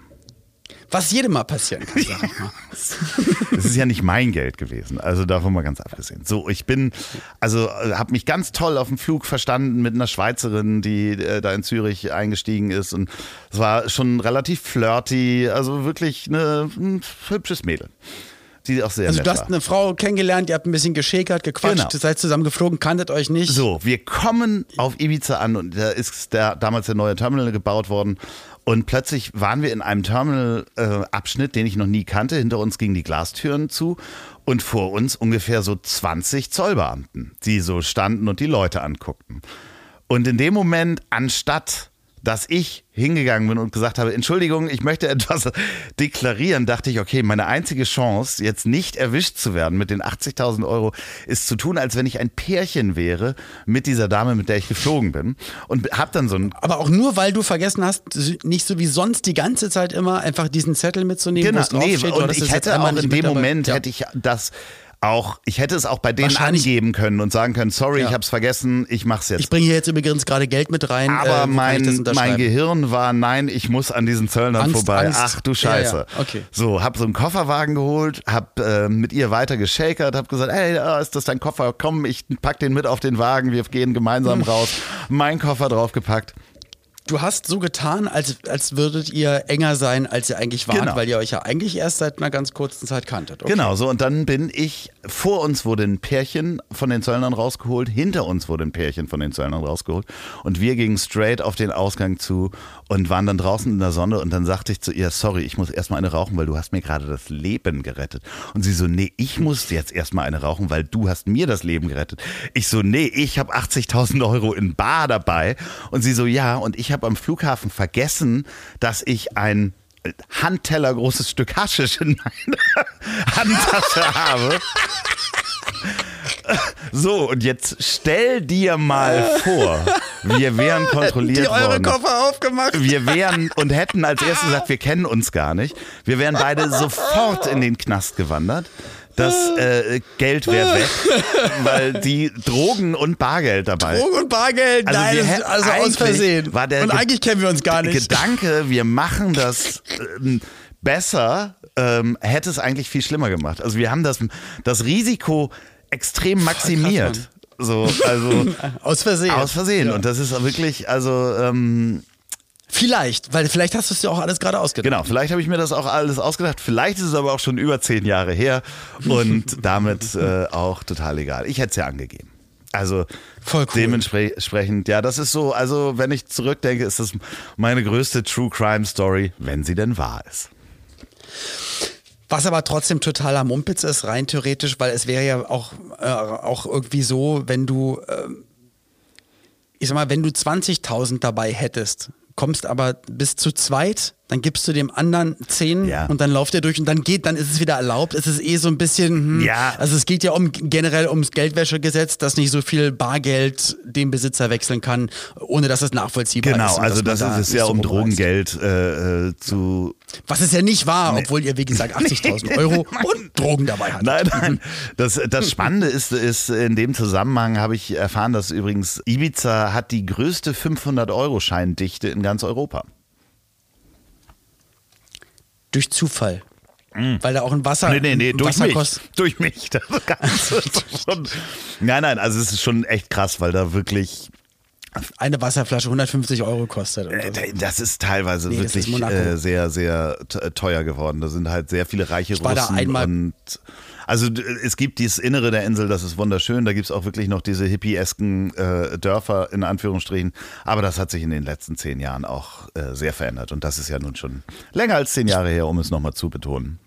Was jedem mal passieren kann, sag ich mal. Das ist ja nicht mein Geld gewesen, also davon mal ganz abgesehen. So, ich bin, also habe mich ganz toll auf dem Flug verstanden mit einer Schweizerin, die äh, da in Zürich eingestiegen ist und es war schon relativ flirty, also wirklich eine, ein hübsches Mädel. Die auch sehr also nett du hast war. eine Frau kennengelernt, ihr habt ein bisschen geschäkert, gequatscht, Genau. seid zusammen geflogen, kanntet euch nicht. So, wir kommen auf Ibiza an und da ist der, damals der neue Terminal gebaut worden und plötzlich waren wir in einem Terminal-Abschnitt, den ich noch nie kannte. Hinter uns gingen die Glastüren zu und vor uns ungefähr so zwanzig Zollbeamten, die so standen und die Leute anguckten. Und in dem Moment, anstatt dass ich hingegangen bin und gesagt habe, Entschuldigung, ich möchte etwas deklarieren, dachte ich, okay, meine einzige Chance, jetzt nicht erwischt zu werden mit den achtzigtausend Euro, ist zu tun, als wenn ich ein Pärchen wäre mit dieser Dame, mit der ich geflogen bin. Und hab dann so ein... Aber auch nur, weil du vergessen hast, nicht so wie sonst die ganze Zeit immer einfach diesen Zettel mitzunehmen, Genau, wo es nee, draufsteht. und ich hätte auch in dem Moment, ja. hätte ich das auch, ich hätte es auch bei denen Wahrscheinlich- angeben können und sagen können, sorry, Ja. ich hab's vergessen, ich mach's jetzt. Ich bringe hier jetzt übrigens gerade Geld mit rein. Aber äh, wo kann ich das mein, mein unterschreiben? Gehirn war, nein, ich muss an diesen Zöllnern Angst, vorbei. Angst. Ach du Ja, Scheiße. ja, okay. So, hab so einen Kofferwagen geholt, hab äh, mit ihr weiter geschakert, hab gesagt, ey, ah, ist das dein Koffer? Komm, ich pack den mit auf den Wagen, wir gehen gemeinsam raus. Mein Koffer draufgepackt. Du hast so getan, als, als würdet ihr enger sein, als ihr eigentlich wart, Genau. weil ihr euch ja eigentlich erst seit einer ganz kurzen Zeit kanntet. Okay. Genau, so und dann bin ich, vor uns wurde ein Pärchen von den Zöllnern rausgeholt, hinter uns wurde ein Pärchen von den Zöllnern rausgeholt und wir gingen straight auf den Ausgang zu und waren dann draußen in der Sonne und dann sagte ich zu ihr, sorry, ich muss erstmal eine rauchen, weil du hast mir gerade das Leben gerettet. Und sie so, nee, ich muss jetzt erstmal eine rauchen, weil du hast mir das Leben gerettet. Ich so, nee, ich habe achtzigtausend Euro in Bar dabei und sie so, ja, und ich habe am Flughafen vergessen, dass ich ein Handteller großes Stück Haschisch in meiner Handtasche habe. So, und jetzt stell dir mal vor, wir wären kontrolliert Die eure worden. Koffer aufgemacht. Wir wären und hätten als erstes gesagt, wir kennen uns gar nicht. Wir wären beide sofort in den Knast gewandert. Das äh, Geld wäre weg, weil die Drogen und Bargeld dabei. Drogen und Bargeld, Also nein, wir das ist hätten- also aus eigentlich Versehen. war der Und Ge- eigentlich kennen wir uns gar nicht. Gedanke, wir machen das ähm, besser, ähm, hätte es eigentlich viel schlimmer gemacht. Also wir haben das, das Risiko extrem maximiert. So, also Aus Versehen. aus Versehen. Ja. Und das ist wirklich, also ähm, Vielleicht, weil vielleicht hast du es dir auch alles gerade ausgedacht. genau, vielleicht habe ich mir das auch alles ausgedacht. Vielleicht ist es aber auch schon über zehn Jahre her und damit äh, auch total egal. Ich hätte es ja angegeben. Also Voll cool. dementsprechend, ja, das ist so, also wenn ich zurückdenke, ist das meine größte True Crime Story, wenn sie denn wahr ist. Was aber trotzdem totaler Mumpitz ist, rein theoretisch, weil es wäre ja auch, äh, auch irgendwie so, wenn du, äh, ich sag mal, wenn du zwanzigtausend dabei hättest, kommst aber bis zu zweit, dann gibst du dem anderen zehn Ja. und dann läuft er durch und dann geht, dann ist es wieder erlaubt. Es ist eh so ein bisschen, hm, Ja. also es geht ja um generell ums Geldwäschegesetz, dass nicht so viel Bargeld den Besitzer wechseln kann, ohne dass es nachvollziehbar ist. Genau, und also dass man das da ist es nicht ja so um rumreizt. Drogengeld äh, äh, zu. Was es ja nicht war, obwohl ihr, wie gesagt, achtzigtausend Euro und Drogen dabei hattet. Nein, nein. Das, das Spannende ist, ist, in dem Zusammenhang habe ich erfahren, dass übrigens Ibiza hat die größte fünfhundert-Euro-Scheindichte in ganz Europa. Durch Zufall. Weil da auch ein Wasser. Nee, nee, nee, ein durch mich. Wasserkost- Durch mich. Das Ganze ist schon, nein, nein, also es ist schon echt krass, weil da wirklich, Eine Wasserflasche hundertfünfzig Euro kostet. Und so. äh, das ist teilweise Nee, das wirklich ist Monaco. äh, sehr, sehr t- teuer geworden. Da sind halt sehr viele reiche war da Russen einmal- und also d- es gibt dieses Innere der Insel, das ist wunderschön. Da gibt es auch wirklich noch diese hippiesken äh, Dörfer in Anführungsstrichen. Aber das hat sich in den letzten zehn Jahren auch äh, sehr verändert. Und das ist ja nun schon länger als zehn Jahre her, um es nochmal zu betonen.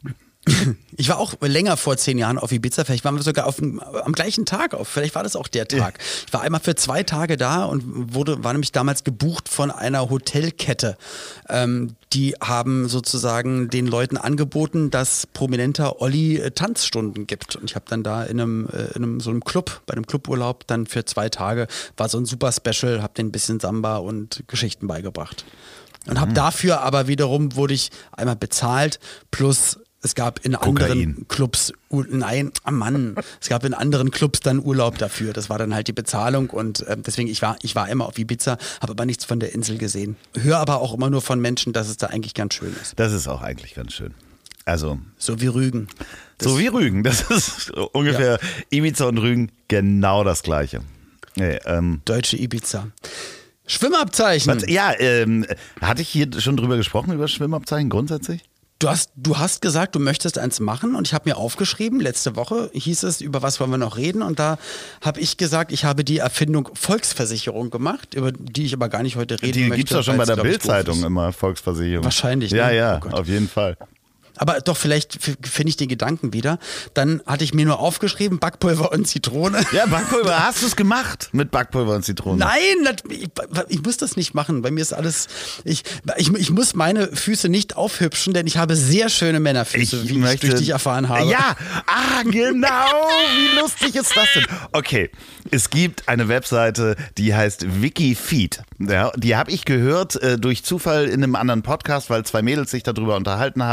Ich war auch länger vor zehn Jahren auf Ibiza, vielleicht waren wir sogar auf dem, am gleichen Tag auf, vielleicht war das auch der Tag. Ich war einmal für zwei Tage da und wurde, war nämlich damals gebucht von einer Hotelkette. Ähm, die haben sozusagen den Leuten angeboten, dass prominenter Olli äh, Tanzstunden gibt. Und ich habe dann da in einem, äh, in einem so einem Club, bei einem Cluburlaub dann für zwei Tage, war so ein super Special, habe denen ein bisschen Samba und Geschichten beigebracht. Und habe dafür aber wiederum, wurde ich einmal bezahlt, plus es gab in Kokain. anderen Clubs, Ur- nein, ah Mann, es gab in anderen Clubs dann Urlaub dafür. Das war dann halt die Bezahlung und äh, deswegen, ich war, ich war immer auf Ibiza, habe aber nichts von der Insel gesehen. Höre aber auch immer nur von Menschen, dass es da eigentlich ganz schön ist. Das ist auch eigentlich ganz schön. Also So wie Rügen. Das, so wie Rügen. Das ist ungefähr Ibiza und Rügen genau das Gleiche. Nee, ähm, Deutsche Ibiza. Schwimmabzeichen. was, ja, ähm, hatte ich hier schon drüber gesprochen, über Schwimmabzeichen grundsätzlich? Du hast, du hast gesagt, du möchtest eins machen und ich habe mir aufgeschrieben, letzte Woche hieß es, über was wollen wir noch reden und da habe ich gesagt, ich habe die Erfindung Volksversicherung gemacht, über die ich aber gar nicht heute reden Die möchte. gibt es doch schon bei weil es, der glaub ich, doof Bild-Zeitung ist. immer, Volksversicherung. Wahrscheinlich, Ja, ne? ja, Oh Gott. auf jeden Fall. Aber doch, vielleicht f- finde ich den Gedanken wieder. Dann hatte ich mir nur aufgeschrieben, Backpulver und Zitrone. Ja, Backpulver, hast du es gemacht mit Backpulver und Zitrone? Nein, das, ich, ich muss das nicht machen. Bei mir ist alles. Ich, ich, ich muss meine Füße nicht aufhübschen, denn ich habe sehr schöne Männerfüße, wie ich durch dich erfahren habe. Ja, ah, genau. Wie lustig ist das denn? Okay, es gibt eine Webseite, die heißt Wikifeed. Ja, die habe ich gehört äh, durch Zufall in einem anderen Podcast, weil zwei Mädels sich darüber unterhalten haben, nämlich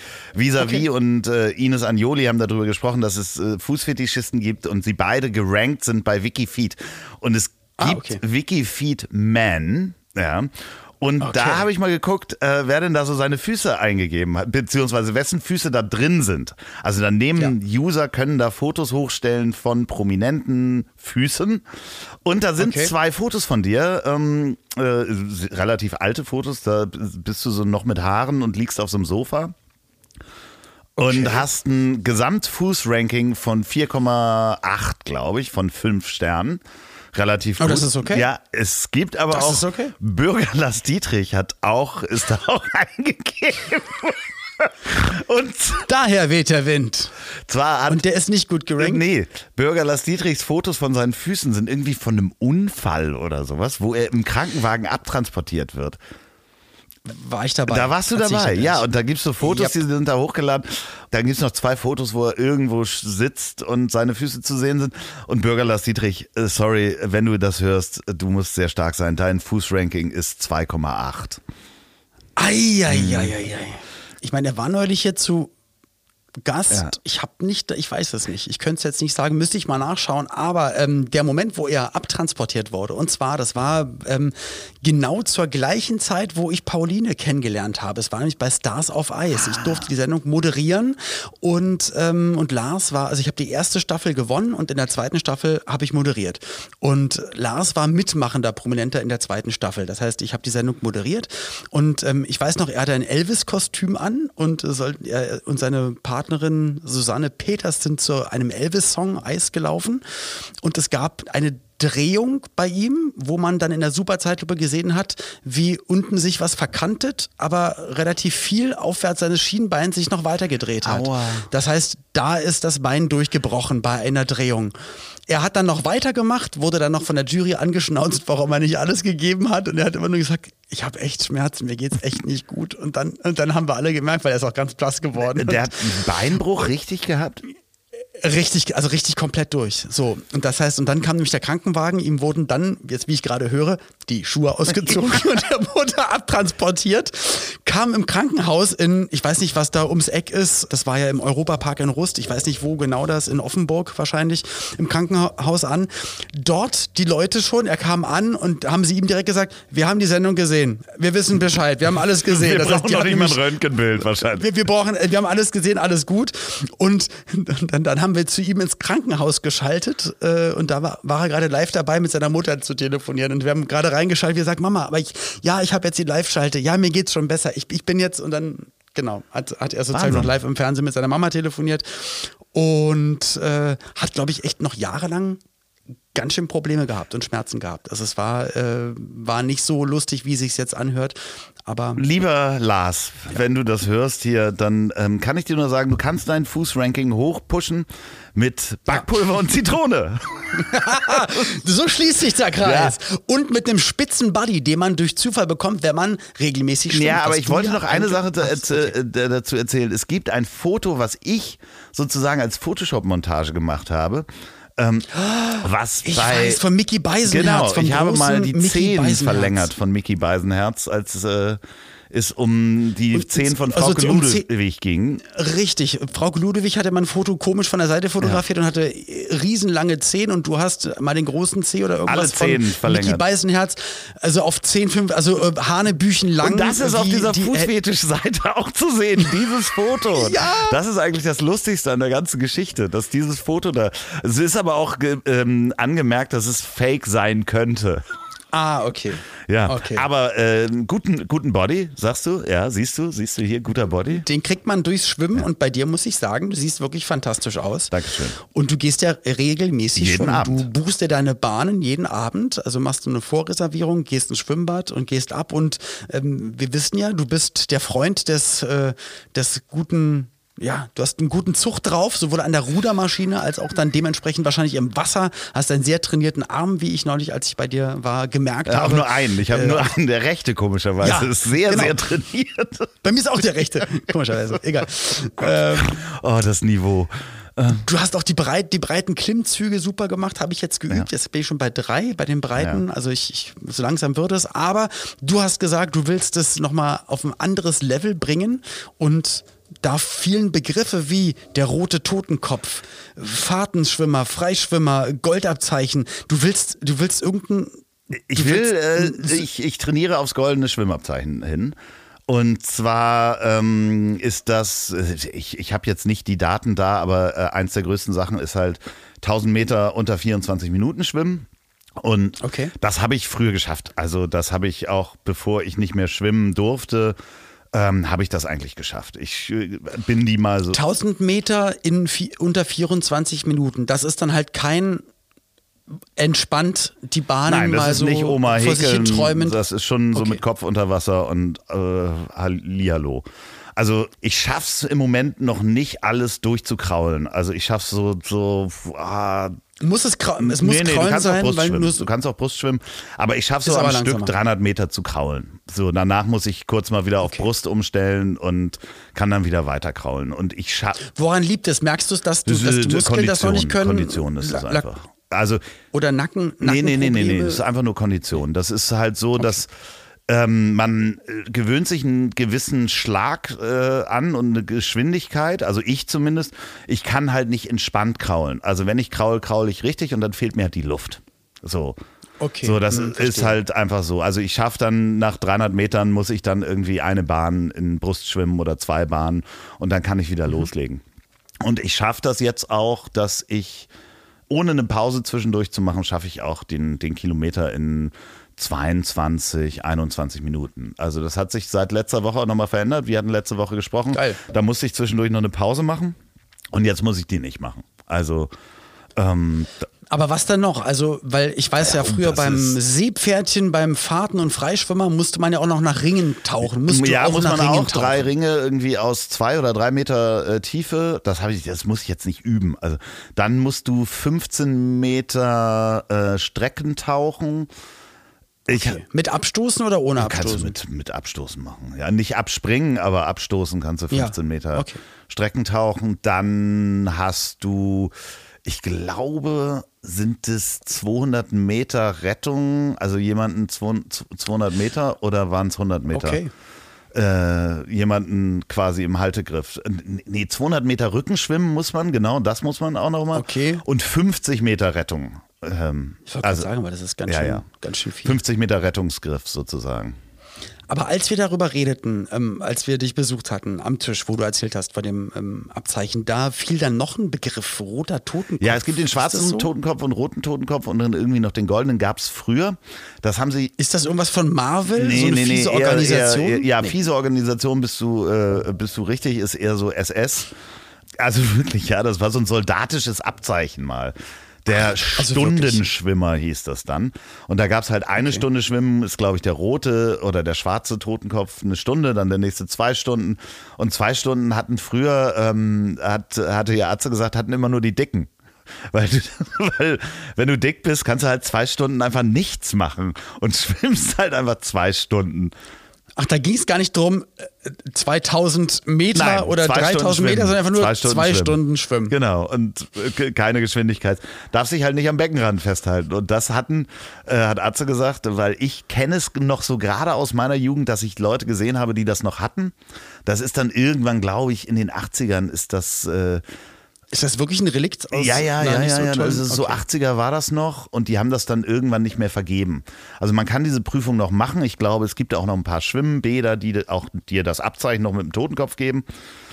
Vis-à-vis Okay. und äh, Ines Agnoli haben darüber gesprochen, dass es äh, Fußfetischisten gibt und sie beide gerankt sind bei Wikifeet. Und es Ah, gibt okay. Wikifeet Men, ja. Und Okay. da habe ich mal geguckt, äh, wer denn da so seine Füße eingegeben hat, beziehungsweise wessen Füße da drin sind. Also dann nehmen User, können da Fotos hochstellen von prominenten Füßen. Und da sind Okay. zwei Fotos von dir, ähm, äh, relativ alte Fotos, da bist du so noch mit Haaren und liegst auf so einem Sofa. Und Okay. hast ein Gesamtfuß-Ranking von vier Komma acht, glaube ich, von fünf Sternen. Relativ Oh, gut. das ist okay? Ja, es gibt aber Das auch, ist okay? Bürger Lars Dietrich hat auch, ist da auch eingegeben. Und Daher weht der Wind. zwar hat, Und der ist nicht gut gerankt. nee, Bürger Lars Dietrichs Fotos von seinen Füßen sind irgendwie von einem Unfall oder sowas, wo er im Krankenwagen abtransportiert wird. War ich dabei. Da warst du Hat sich dabei, erledigt. ja. Und da gibt's so Fotos, Yep. die sind da hochgeladen. Dann gibt's noch zwei Fotos, wo er irgendwo sch- sitzt und seine Füße zu sehen sind. Und Bürger Lars Dietrich, äh, sorry, wenn du das hörst, du musst sehr stark sein. Dein Fußranking ist zwei Komma acht. Eieieiei. Ich meine, er war neulich hier zu Gast. Ja. Ich habe nicht, ich weiß es nicht. Ich könnte es jetzt nicht sagen, müsste ich mal nachschauen. Aber ähm, der Moment, wo er abtransportiert wurde, und zwar, das war ähm, genau zur gleichen Zeit, wo ich Pauline kennengelernt habe. Es war nämlich bei Stars auf Ice. Ich durfte die Sendung moderieren und ähm, und Lars war, also ich habe die erste Staffel gewonnen und in der zweiten Staffel habe ich moderiert. Und Lars war mitmachender Prominenter in der zweiten Staffel. Das heißt, ich habe die Sendung moderiert und ähm, ich weiß noch, er hatte ein Elvis-Kostüm an und, äh, soll, er, und seine Partnerin Susanne Peters sind zu einem Elvis-Song Eis gelaufen und es gab eine Drehung bei ihm, wo man dann in der Superzeitlupe gesehen hat, wie unten sich was verkantet, aber relativ viel aufwärts seines Schienbeins sich noch weiter gedreht hat. Aua. Das heißt, da ist das Bein durchgebrochen bei einer Drehung. Er hat dann noch weitergemacht, wurde dann noch von der Jury angeschnauzt, warum er nicht alles gegeben hat. Und er hat immer nur gesagt, ich habe echt Schmerzen, mir geht's echt nicht gut. Und dann, und dann haben wir alle gemerkt, weil er ist auch ganz blass geworden. Der hat einen Beinbruch richtig gehabt? Richtig, also richtig komplett durch. So, und das heißt, und dann kam nämlich der Krankenwagen, ihm wurden dann, jetzt wie ich gerade höre, die Schuhe ausgezogen und er wurde abtransportiert, kam im Krankenhaus in, ich weiß nicht, was da ums Eck ist, das war ja im Europapark in Rust, ich weiß nicht, wo genau das, in Offenburg wahrscheinlich, im Krankenhaus an. Dort die Leute schon, er kam an und haben sie ihm direkt gesagt, wir haben die Sendung gesehen, wir wissen Bescheid, wir haben alles gesehen. Wir Das brauchen heißt, die noch hatten nicht mal ein nämlich- Röntgenbild wahrscheinlich. wir, wir brauchen, wir haben alles gesehen, alles gut. Und dann, dann haben wir zu ihm ins Krankenhaus geschaltet äh, und da war, war er gerade live dabei, mit seiner Mutter zu telefonieren. Und wir haben gerade reingeschaltet, wir sagen, Mama, aber ich, ja, ich habe jetzt die Live-Schalte, ja, mir geht's schon besser. Ich, ich bin jetzt, und dann, genau, hat, hat er sozusagen Wahnsinn. noch live im Fernsehen mit seiner Mama telefoniert und äh, hat, glaube ich, echt noch jahrelang ganz schön Probleme gehabt und Schmerzen gehabt. Also es war, äh, war nicht so lustig, wie es sich jetzt anhört, aber Lieber Lars, wenn du das hörst hier, dann ähm, kann ich dir nur sagen, du kannst dein Fußranking hochpushen mit Backpulver und Zitrone. so schließt sich der Kreis. Und mit einem spitzen Buddy, den man durch Zufall bekommt, wenn man regelmäßig schwimmt. Ja, aber Was ich du wollte ja noch eine Sache eigentlich da- machst. äh, äh, dazu erzählen. Es gibt ein Foto, was ich sozusagen als Photoshop-Montage gemacht habe. Ähm, was Ich bei weiß, von Mickey Beisenherz. Genau, vom ich habe großen mal die Mickey Zehen Beisenherz. verlängert von Mickey Beisenherz, als äh, es um die Und- Zehen von also Frau um Zeh- Ludwig ging. Richtig. Frau Ludewig hatte mal ein Foto komisch von der Seite fotografiert und hatte riesenlange Zehen und du hast mal den großen Zeh oder irgendwas Alle Zehen von verlängert. Mickey Beisenherz, also auf zehn, fünf, also äh, Hanebüchen lang. Und das ist auf wie dieser die- Fußfetisch-Seite auch zu sehen, dieses Foto. Ja. Das ist eigentlich das Lustigste an der ganzen Geschichte, dass dieses Foto da, es ist aber auch ge, ähm, angemerkt, dass es fake sein könnte. Ah, okay. Ja, Okay. aber äh, guten, guten Body, sagst du? Ja, siehst du, siehst du hier, guter Body? Den kriegt man durchs Schwimmen und bei dir muss ich sagen, du siehst wirklich fantastisch aus. Dankeschön. Und du gehst ja regelmäßig Jeden schwimmen. Abend. Du buchst dir deine Bahnen jeden Abend, also machst du eine Vorreservierung, gehst ins Schwimmbad und gehst ab und ähm, wir wissen ja, du bist der Freund des, äh, des guten, ja, du hast einen guten Zug drauf, sowohl an der Rudermaschine als auch dann dementsprechend wahrscheinlich im Wasser, hast einen sehr trainierten Arm, wie ich neulich, als ich bei dir war, gemerkt Ja, auch habe. nur einen. Ich habe Äh, nur einen, der rechte komischerweise. ja, ist sehr, genau. sehr trainiert. Bei mir ist auch der rechte, komischerweise, egal. Ähm, Oh, das Niveau. Du hast auch die, breit, die breiten Klimmzüge super gemacht, habe ich jetzt geübt. Ja. Jetzt bin ich schon bei drei, bei den breiten. Ja. Also ich, ich so langsam wird es. Aber du hast gesagt, du willst es nochmal auf ein anderes Level bringen. Und da fielen Begriffe wie der rote Totenkopf, Fahrtenschwimmer, Freischwimmer, Goldabzeichen. Du willst, du willst irgendein... Ich du will, willst, äh, ich, ich trainiere aufs goldene Schwimmabzeichen hin. Und zwar ähm, ist das, ich, ich habe jetzt nicht die Daten da, aber äh, eins der größten Sachen ist halt tausend Meter unter vierundzwanzig Minuten schwimmen. Und okay. das habe ich früher geschafft. Also das habe ich auch, bevor ich nicht mehr schwimmen durfte, ähm, habe ich das eigentlich geschafft. Ich äh, bin die mal so... tausend Meter in vi- unter vierundzwanzig Minuten, das ist dann halt kein... entspannt die Bahnen Nein, das mal ist so nicht Oma vor sich hin Häkeln, träumend. das ist schon so Okay. mit Kopf unter Wasser und äh, Hallihallo. Also ich schaff's im Moment noch nicht alles durchzukraulen. Also ich schaff's so, so ah, Muss es, krau- es muss nee, nee, du kraulen kannst auch sein, Brust weil schwimmen. nur Du so, kannst auch Brust schwimmen, aber ich schaff's so Ist am aber Stück langsamer. dreihundert Meter zu kraulen. So, danach muss ich kurz mal wieder auf Okay. Brust umstellen und kann dann wieder weiter kraulen. Und ich schaff... woran liegt es? Merkst du es, dass, du, dass die Muskeln das noch nicht können? Kondition ist es La- la- einfach. Also Oder Nacken, Nee, nee, nee, nee, nee, Nackenprobleme? das ist einfach nur Kondition. Das ist halt so, dass ähm, man äh, gewöhnt sich einen gewissen Schlag äh, an und eine Geschwindigkeit, also ich zumindest. Ich kann halt nicht entspannt kraulen. Also wenn ich kraul, kraul ich richtig und dann fehlt mir halt die Luft. So. Okay. So, das hm, ist verstehe. halt einfach so. Also ich schaffe dann nach dreihundert Metern muss ich dann irgendwie eine Bahn in Brust schwimmen oder zwei Bahnen und dann kann ich wieder Mhm. loslegen. Und ich schaffe das jetzt auch, dass ich ohne eine Pause zwischendurch zu machen, schaffe ich auch den, den Kilometer in zweiundzwanzig, einundzwanzig Minuten. Also das hat sich seit letzter Woche auch nochmal verändert. Wir hatten letzte Woche gesprochen. Geil. Da musste ich zwischendurch noch eine Pause machen und jetzt muss ich die nicht machen. Also ähm, Aber was dann noch? Also, weil ich weiß ja, Ja, und früher das beim ist- Seepferdchen, beim Fahrten und Freischwimmer musste man ja auch noch nach Ringen tauchen. Musst du ja, auch muss nach man Ringen auch tauchen? drei Ringe irgendwie aus zwei oder drei Meter äh, Tiefe. Das habe ich, das muss ich jetzt nicht üben. Also dann musst du fünfzehn Meter äh, Strecken tauchen. Ich, Okay. Mit Abstoßen oder ohne Kannst du Abstoßen? mit, mit Abstoßen machen. Ja, nicht abspringen, aber abstoßen kannst du fünfzehn Ja, Meter okay. Strecken tauchen. Dann hast du, ich glaube, sind es zweihundert Meter Rettung, also jemanden zweihundert Meter oder waren es hundert Meter? Okay. Äh, jemanden quasi im Haltegriff. Nee, zweihundert Meter Rückenschwimmen muss man, genau, das muss man auch nochmal. Okay. Und fünfzig Meter Rettung. Ähm, Ich wollte also, gerade sagen, weil das ist ganz, ja, schön, ja. ganz schön viel. fünfzig Meter Rettungsgriff sozusagen. Aber als wir darüber redeten, ähm, als wir dich besucht hatten am Tisch, wo du erzählt hast von dem ähm, Abzeichen, da fiel dann noch ein Begriff, roter Totenkopf. Ja, es gibt den Ist schwarzen das so? Totenkopf und roten Totenkopf und dann irgendwie noch den goldenen gab es früher. Das haben sie... Ist das irgendwas von Marvel? so eine fiese eher- Organisation? Eher, eher, ja, Nee. fiese Organisation bist du, äh, bist du richtig, ist eher so S S. Also wirklich, ja, das war so ein soldatisches Abzeichen mal. Der also Stundenschwimmer hieß das dann. Und da gab es halt eine Okay. Stunde Schwimmen, ist glaube ich der rote oder der schwarze Totenkopf eine Stunde, dann der nächste zwei Stunden. Und zwei Stunden hatten früher, ähm, hat, hatte ja Atze gesagt, hatten immer nur die Dicken. Weil, du, weil wenn du dick bist, kannst du halt zwei Stunden einfach nichts machen und schwimmst halt einfach zwei Stunden. Ach, da ging es gar nicht drum, äh, zweitausend Meter Nein, oder zwei Stunden dreitausend Meter, schwimmen. sondern einfach nur Zwei zwei Stunden Stunden, schwimmen. schwimmen. Genau, und äh, keine Geschwindigkeit. Darf sich halt nicht am Beckenrand festhalten. Und das hatten, äh, hat Atze gesagt, weil ich kenne es noch so gerade aus meiner Jugend, dass ich Leute gesehen habe, die das noch hatten. Das ist dann irgendwann, glaube ich, in den achtzigern ist das... Äh, Ist das wirklich ein Relikt aus Ja, ja, einer ja, nicht ja, so ja. tollen- Das ist so Okay. achtziger war das noch und die haben das dann irgendwann nicht mehr vergeben. Also man kann diese Prüfung noch machen. Ich glaube, es gibt auch noch ein paar Schwimmbäder, die auch dir das Abzeichen noch mit dem Totenkopf geben.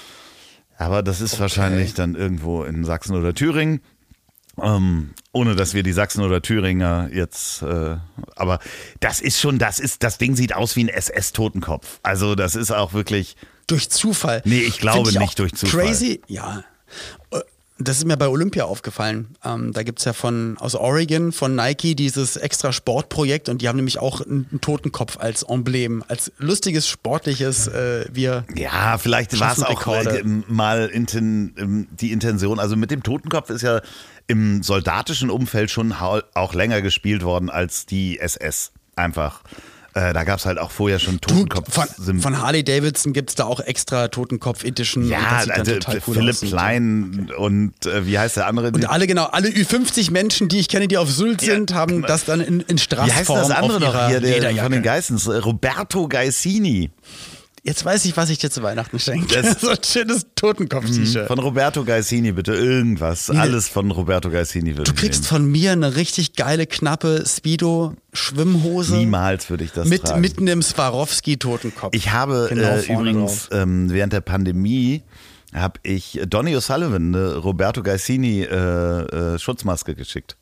Aber das ist wahrscheinlich dann irgendwo in Sachsen oder Thüringen. Ähm, ohne dass wir die Sachsen oder Thüringer jetzt, äh, aber das ist schon, das ist, das Ding sieht aus wie ein S S-Totenkopf. Also das ist auch wirklich, Durch Zufall. nee, ich glaube Find ich nicht auch durch Zufall. Crazy, ja. Äh, Das ist mir bei Olympia aufgefallen. Ähm, da gibt es ja von aus Oregon, von Nike, dieses extra Sportprojekt und die haben nämlich auch einen, einen Totenkopf als Emblem, als lustiges, sportliches, äh, wir. Ja, vielleicht war es Schaffen auch Rekorde. äh, mal inten, ähm, die Intention. Also mit dem Totenkopf ist ja im soldatischen Umfeld schon hau- auch länger gespielt worden als die S S. Einfach. Äh, da gab es halt auch vorher schon Du, Totenkopf. von, von Harley Davidson gibt es da auch extra Totenkopf-Edition. und ja, das sieht dann also total cool Philipp aus. Plein und äh, wie heißt der andere? Und alle, genau, alle Ü fünfzig Menschen, die ich kenne, die auf Sylt Ja, sind, haben genau. das dann in, in wie Straßform heißt das andere auf noch ihrer hier, der Lederjacke. von den Geissens? Roberto Gaissini. Jetzt weiß ich, was ich dir zu Weihnachten schenke. So ein schönes Totenkopf-T-Shirt. Von Roberto Gaisini bitte irgendwas. Nee, Alles von Roberto Gaisini würde Du ich kriegst nehmen. von mir eine richtig geile, knappe Speedo-Schwimmhose. Niemals würde ich das mit, tragen. mit einem Swarovski-Totenkopf. Ich habe Genau äh, vorne übrigens drauf. ähm, während der Pandemie habe ich Donny O'Sullivan eine Roberto Gaisini äh, äh, Schutzmaske geschickt.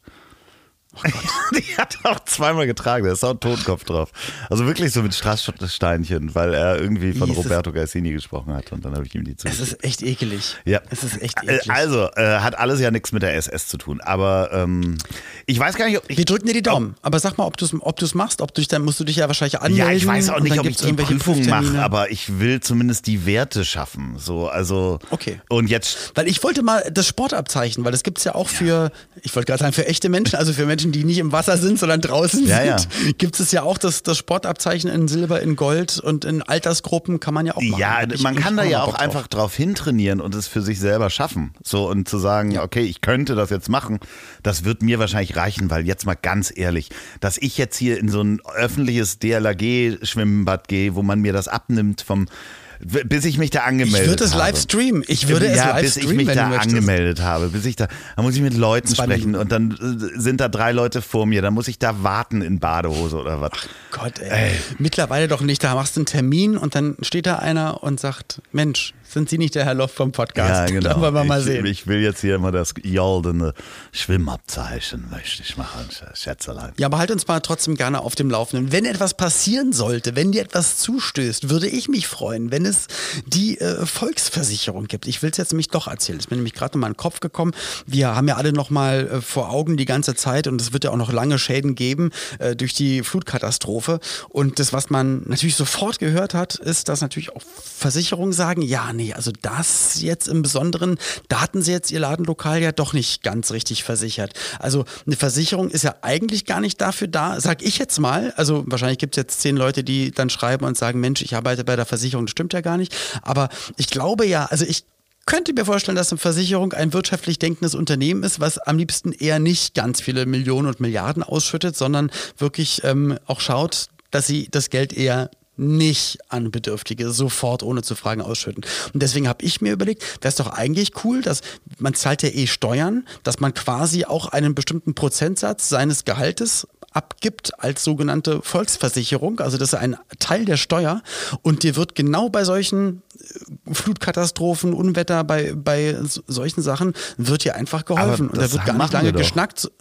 Oh die hat er auch zweimal getragen, da ist auch ein Totenkopf drauf. Also wirklich so mit Strasssteinchen, weil er irgendwie von Wie ist Roberto Gaisini gesprochen hat und dann habe ich ihm die Es zugeschickt. ist echt ekelig. Ja. Es ist echt Äh, eklig. Also, äh, hat alles ja nichts mit der S S zu tun, aber ähm, ich weiß gar nicht, ob ich... Wir drücken dir die Daumen. Aber sag mal, ob du es ob du's machst. Ob du dich, dann musst du dich ja wahrscheinlich anmelden. Ja, ich weiß auch und nicht, dann ob ich gibt's die irgendwelche Prüfung Prüftermine. mache, aber ich will zumindest die Werte schaffen. So, also Okay. Und jetzt Weil ich wollte mal das Sportabzeichen, weil das gibt es ja auch für, ich wollte gerade sagen, für echte Menschen, also für Menschen, die nicht im Wasser sind, sondern draußen Ja, ja. sind, gibt es ja auch das, das Sportabzeichen in Silber, in Gold und in Altersgruppen kann man ja auch machen. Ja, Hab ich man kann da eigentlich ja mal auch Bock drauf. einfach drauf hintrainieren und es für sich selber schaffen. So und zu sagen, okay, ich könnte das jetzt machen, das wird mir wahrscheinlich reichen, weil jetzt mal ganz ehrlich, dass ich jetzt hier in so ein öffentliches D L R G-Schwimmbad gehe, wo man mir das abnimmt vom bis ich mich da angemeldet Ich würde es habe. live streamen. Ich würde es ja, live bis ich streamen, mich wenn da du möchtest. angemeldet habe, bis ich da, da muss ich mit Leuten Zwei sprechen Minuten. und dann äh, sind da drei Leute vor mir, dann muss ich da warten in Badehose oder was. Gott, ey. Mittlerweile doch nicht. Da machst du einen Termin und dann steht da einer und sagt, Mensch, sind Sie nicht der Herr Loff vom Podcast? Ja, genau. Dann wollen wir mal ich, sehen. ich will jetzt hier immer das goldene Schwimmabzeichen, möchte ich machen, Schätzelein. Ja, aber halt uns mal trotzdem gerne auf dem Laufenden. Wenn etwas passieren sollte, wenn dir etwas zustößt, würde ich mich freuen, wenn es die äh, Volksversicherung gibt. Ich will es jetzt nämlich doch erzählen. Ist mir nämlich gerade noch mal in den Kopf gekommen. Wir haben ja alle noch mal äh, vor Augen die ganze Zeit und es wird ja auch noch lange Schäden geben äh, durch die Flutkatastrophe. Und das, was man natürlich sofort gehört hat, ist, dass natürlich auch Versicherungen sagen, ja, nee, also das jetzt im Besonderen, da hatten sie jetzt ihr Ladenlokal ja doch nicht ganz richtig versichert. Also eine Versicherung ist ja eigentlich gar nicht dafür da, sag ich jetzt mal, also wahrscheinlich gibt es jetzt zehn Leute, die dann schreiben und sagen, Mensch, ich arbeite bei der Versicherung, das stimmt ja gar nicht, aber ich glaube ja, also ich könnte mir vorstellen, dass eine Versicherung ein wirtschaftlich denkendes Unternehmen ist, was am liebsten eher nicht ganz viele Millionen und Milliarden ausschüttet, sondern wirklich ähm, auch schaut, dass sie das Geld eher nicht an Bedürftige sofort ohne zu fragen ausschütten. Und deswegen habe ich mir überlegt, wäre es doch eigentlich cool, dass man zahlt ja eh Steuern, dass man quasi auch einen bestimmten Prozentsatz seines Gehaltes abgibt als sogenannte Volksversicherung, also das ist ein Teil der Steuer und dir wird genau bei solchen Flutkatastrophen, Unwetter, bei, bei solchen Sachen wird dir einfach geholfen Aber und da das wird gar nicht machen lange wir doch. geschnackt.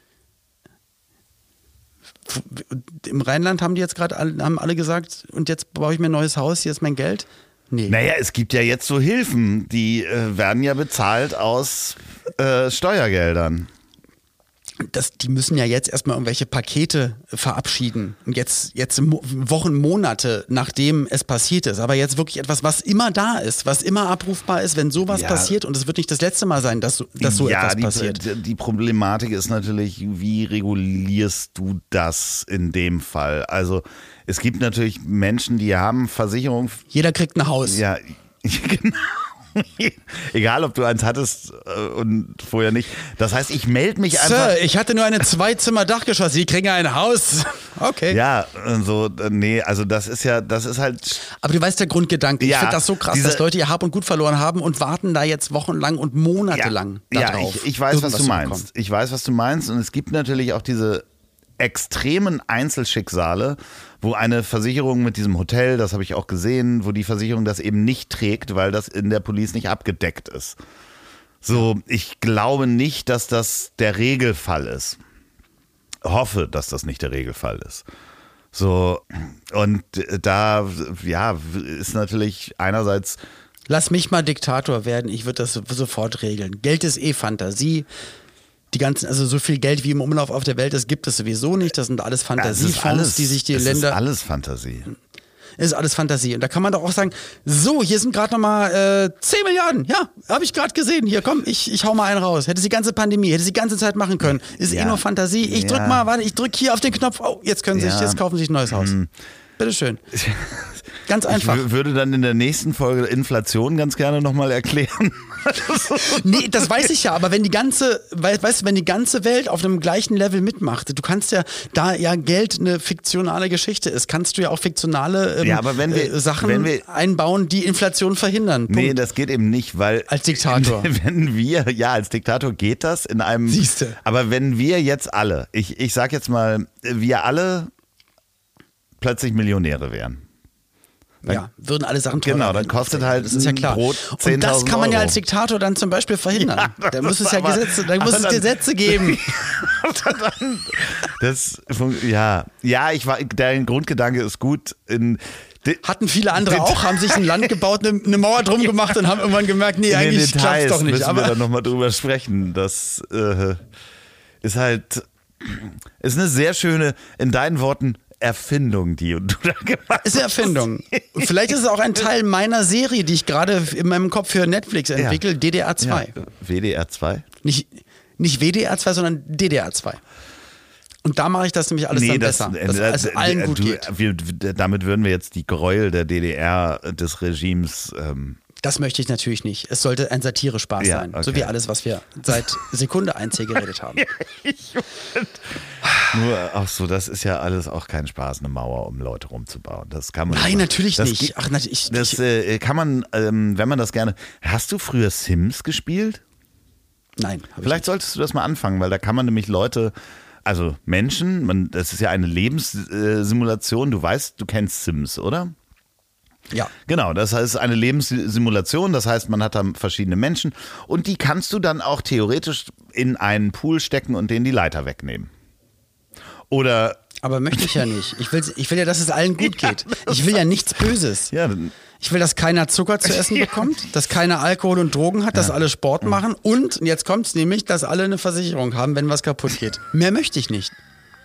Im Rheinland haben die jetzt gerade alle, haben alle gesagt, und jetzt baue ich mir ein neues Haus, hier ist mein Geld. Nee. Naja, es gibt ja jetzt so Hilfen, die äh, werden ja bezahlt aus äh, Steuergeldern. Das, die müssen ja jetzt erstmal irgendwelche Pakete verabschieden. Und jetzt, jetzt Mo- Wochen, Monate, nachdem es passiert ist. Aber jetzt wirklich etwas, was immer da ist, was immer abrufbar ist, wenn sowas Ja. passiert. Und es wird nicht das letzte Mal sein, dass, so- dass so ja, etwas die, passiert. Die, die Problematik ist natürlich, wie regulierst du das in dem Fall? Also es gibt natürlich Menschen, die haben Versicherung. Jeder kriegt ein Haus. Ja, genau. Egal, ob du eins hattest äh, und vorher nicht. Das heißt, ich melde mich einfach. Sir, ich hatte nur eine Zwei-Zimmer-Dachgeschoss. Sie kriegen ein Haus. Okay. Ja, so, äh, nee, also das ist ja, das ist halt. Aber du weißt der Grundgedanke. Ich Ja, finde das so krass, diese- dass Leute ihr Hab und Gut verloren haben und warten da jetzt wochenlang und monatelang ja, da ja, drauf. ich, ich weiß, was irgendwas du zu meinst. bekommen. Ich weiß, was du meinst. Und es gibt natürlich auch diese extremen Einzelschicksale, wo eine Versicherung mit diesem Hotel, das habe ich auch gesehen, wo die Versicherung das eben nicht trägt, weil das in der Police nicht abgedeckt ist. So, ich glaube nicht, dass das der Regelfall ist. Hoffe, dass das nicht der Regelfall ist. So, und da, ja, ist natürlich einerseits. Lass mich mal Diktator werden, ich würde das sofort regeln. Geld ist eh Fantasie. Die ganzen, also so viel Geld wie im Umlauf auf der Welt ist, gibt es sowieso nicht. Das sind alles Ja, es ist Fantasiefonds, alles, die sich die es Länder. ist alles Fantasie. Ist alles Fantasie. Und da kann man doch auch sagen, so, hier sind gerade nochmal äh, zehn Milliarden. Ja, habe ich gerade gesehen. Hier, komm, ich, ich hau mal einen raus. Hätte sie die ganze Pandemie, hätte sie die ganze Zeit machen können. Ist Ja. eh nur Fantasie. Ich drück Ja. mal, warte, ich drück hier auf den Knopf. Oh, jetzt können sie sich, Ja. jetzt kaufen sie sich ein neues Haus. Bitteschön. Ganz einfach. Ich w- würde dann in der nächsten Folge Inflation ganz gerne nochmal erklären. Nee, das weiß ich ja, aber wenn die ganze, weißt du, wenn die ganze Welt auf einem gleichen Level mitmacht, du kannst ja, da ja Geld eine fiktionale Geschichte ist, kannst du ja auch fiktionale ähm, Ja, aber wenn wir- äh, Sachen wenn wir- einbauen, die Inflation verhindern. Punkt. Nee, das geht eben nicht, weil Als Diktator. Wenn wir, ja, als Diktator geht das in einem. Siehste. Aber wenn wir jetzt alle, ich, ich sag jetzt mal, wir alle plötzlich Millionäre wären. Ja, würden alle Sachen teurer Genau, dann werden. kostet halt das ist ja ein klar. Brot Und das zehntausend kann man ja Euro. als Diktator dann zum Beispiel verhindern. Ja, da das muss es ist ja aber- Gesetze, da muss aber es dann- Gesetze geben. Das, fun- ja, ja, ich war, dein Grundgedanke ist gut. In, de- Hatten viele andere auch, haben sich ein Land gebaut, eine, eine Mauer drum gemacht und haben irgendwann gemerkt, nee, in den eigentlich klappt's Details doch nicht. müssen wir Aber dann nochmal drüber sprechen. Das äh, ist halt, ist eine sehr schöne, in deinen Worten, Erfindung, die du da gemacht hast. ist eine Erfindung. Und vielleicht ist es auch ein Teil meiner Serie, die ich gerade in meinem Kopf für Netflix entwickle, D D R zwei. Ja, W D R zwei? Nicht, nicht W D R zwei, sondern D D R zwei. Und da mache ich das nämlich alles dann besser, dass es äh, allen gut du, geht. Wir, damit würden wir jetzt die Gräuel der D D R, des Regimes. Ähm, Das möchte ich natürlich nicht. Es sollte ein Satire-Spaß Ja, sein. okay. So wie alles, was wir seit Sekunde eins hier geredet haben. nur auch so, das ist ja alles auch kein Spaß, eine Mauer um Leute rumzubauen. Das kann man Nein, immer- natürlich das nicht. geht- Ach, natürlich. Das ich, äh, kann man, ähm, wenn man das gerne. Hast du früher Sims gespielt? nein, hab ich Vielleicht solltest du das mal anfangen, weil da kann man nämlich Leute, also Menschen, man, das ist ja eine Lebenssimulation. Du weißt, du kennst Sims, oder? nicht. Ja. Genau, das heißt eine Lebenssimulation, das heißt, man hat da verschiedene Menschen und die kannst du dann auch theoretisch in einen Pool stecken und denen die Leiter wegnehmen. Oder, Aber möchte ich ja nicht. Ich will, ich will ja, dass es allen gut geht. Ich will ja nichts Böses. ja, dann- Ich will, dass keiner Zucker zu essen bekommt, dass keiner Alkohol und Drogen hat, dass alle Sport machen und, und jetzt kommt's nämlich, dass alle eine Versicherung haben, wenn was kaputt geht. Mehr möchte ich nicht.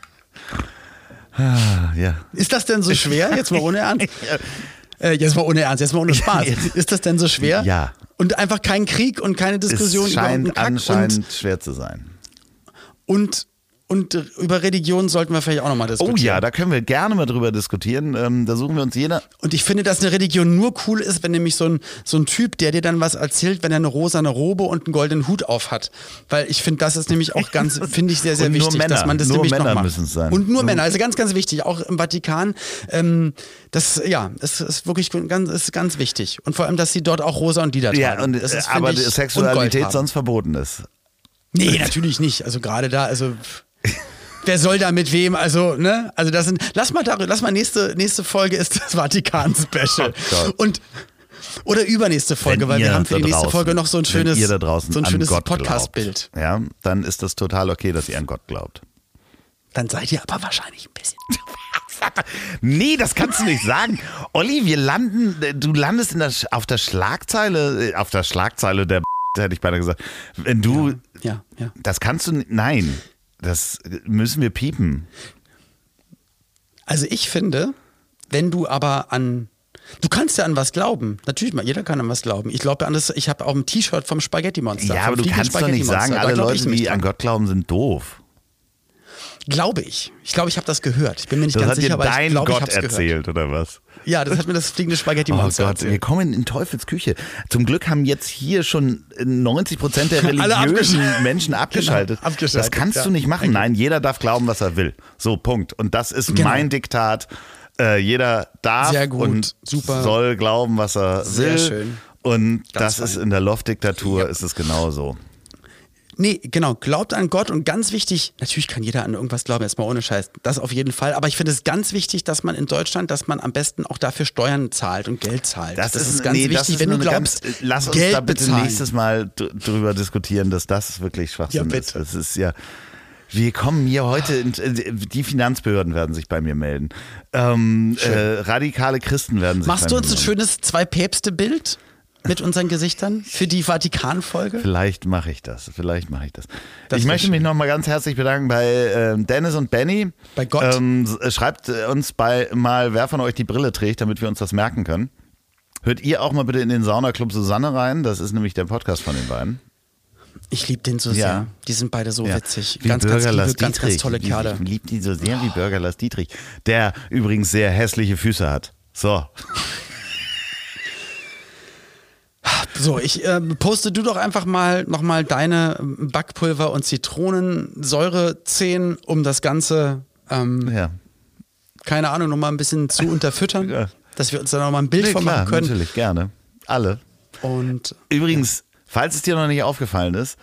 ja. Ist das denn so schwer? Jetzt mal ohne Ernst. Äh, jetzt mal ohne Ernst, jetzt mal ohne Spaß. Ist das denn so schwer? Ja. Und einfach kein Krieg und keine Diskussion Es über scheint irgendeinen Kack anscheinend schwer zu sein. und, und, und über Religion sollten wir vielleicht auch nochmal Oh diskutieren. ja, da können wir gerne mal drüber diskutieren. Ähm, da suchen wir uns jeder. Und ich finde, dass eine Religion nur cool ist, wenn nämlich so ein, so ein Typ, der dir dann was erzählt, wenn er eine rosane Robe und einen goldenen Hut auf hat. Weil ich finde, das ist nämlich auch ganz, finde ich sehr, sehr Und nur wichtig, Männer, dass man das nur nämlich Männer noch macht. müssen es sein. Und nur Nur- Männer, also ganz, ganz wichtig, auch im Vatikan. Ähm, das, ja, das ist wirklich ganz, ist ganz wichtig. Und vor allem, dass sie dort auch rosa und lila tragen. Ja, und, das ist, äh, aber finde die ich, Sexualität und Gold haben. sonst verboten ist. Nee, natürlich nicht. Also gerade da, also wer soll da mit wem? Also, ne? Also das sind. Lass mal darüber, lass mal nächste, nächste Folge ist das Vatikan-Special. Oh Gott. Und oder übernächste Folge, Wenn weil ihr wir haben für da die nächste draußen- Folge noch so ein schönes, wenn ihr da draußen so ein an schönes Gott Podcast-Bild. glaubt, ja, dann ist das total okay, dass ihr an Gott glaubt. Dann seid ihr aber wahrscheinlich ein bisschen. Nee, das kannst du nicht sagen. Olli, wir landen, du landest in der, auf der Schlagzeile, äh, auf der Schlagzeile der hätte ich beinahe gesagt. Wenn du, Ja, ja. das kannst du, nicht- nein, das müssen wir piepen. Also ich finde, wenn du aber an Du kannst ja an was glauben. Natürlich, mal, jeder kann an was glauben. Ich glaube an das, ich habe auch ein T-Shirt vom Spaghetti-Monster. Ja, vom aber du fliegenden kannst doch nicht Spaghetti-Monster. sagen, Da alle glaub ich Leute, nämlich die an dran. Gott glauben, sind doof. Glaube ich. Ich glaube, ich habe das gehört. Ich bin mir nicht Das ganz hat sicher, dir aber ich dein glaube, ich Gott habe es gehört. erzählt, oder was? Ja, das hat mir das fliegende Oh Spaghetti-Monster Gott, wir erzählt. kommen in Teufels Küche. Zum Glück haben jetzt hier schon neunzig Prozent der Alle religiösen abgeschaltet. Menschen abgeschaltet. Genau, abgeschaltet, Das kannst ja. du nicht machen. Nein, jeder darf glauben, was er will. So, Punkt. Und das ist Genau. mein Diktat. Äh, jeder darf Sehr gut, und super. soll glauben, was er Sehr will. schön. Und Ganz das ist fein. in der Loft-Diktatur ist es genauso. Nee, genau, glaubt an Gott und ganz wichtig, natürlich kann jeder an irgendwas glauben, erstmal ohne Scheiß, das auf jeden Fall, aber ich finde es ganz wichtig, dass man in Deutschland, dass man am besten auch dafür Steuern zahlt und Geld zahlt. Das, ist, ganz nee, wichtig, das ist wenn nur du eine glaubst, ganz, lass uns Geld da bitte bezahlen. nächstes Mal d- drüber diskutieren, dass das wirklich Schwachsinn Ja, bitte. ist. Das ist ja, wir kommen hier heute, in, die Finanzbehörden werden sich bei mir melden. Ähm, äh, radikale Christen werden sich Machst bei du mir uns ein melden. schönes Zwei-Päpste-Bild mit unseren Gesichtern für die Vatikan-Folge? Vielleicht mache ich das. Vielleicht mache ich das. Das ich wär möchte mich schön. nochmal ganz herzlich bedanken bei äh, Dennis und Benny. Bei Gott. Ähm, s- schreibt uns bei mal, wer von euch die Brille trägt, damit wir uns das merken können. Hört ihr auch mal bitte in den Saunaclub Susanne rein. Das ist nämlich der Podcast von den beiden. Ich liebe den so Ja. sehr. Die sind beide so Ja. witzig. Wie Ganz, ganz Bürgerlass liebe, ganz, ganz Dietrich. tolle Ich- Kerle. Ich liebe die so sehr wie Bürgerlass Dietrich. Der übrigens sehr hässliche Füße hat. So. So, ich äh, poste du doch einfach mal nochmal deine Backpulver- und Zitronensäure-Zehen, um das Ganze, ähm, Ja. keine Ahnung, nochmal ein bisschen zu unterfüttern, Ja. dass wir uns da nochmal ein Bild Nee, von klar, machen können. natürlich, gerne. Alle. Und Übrigens, falls es dir noch nicht aufgefallen ist,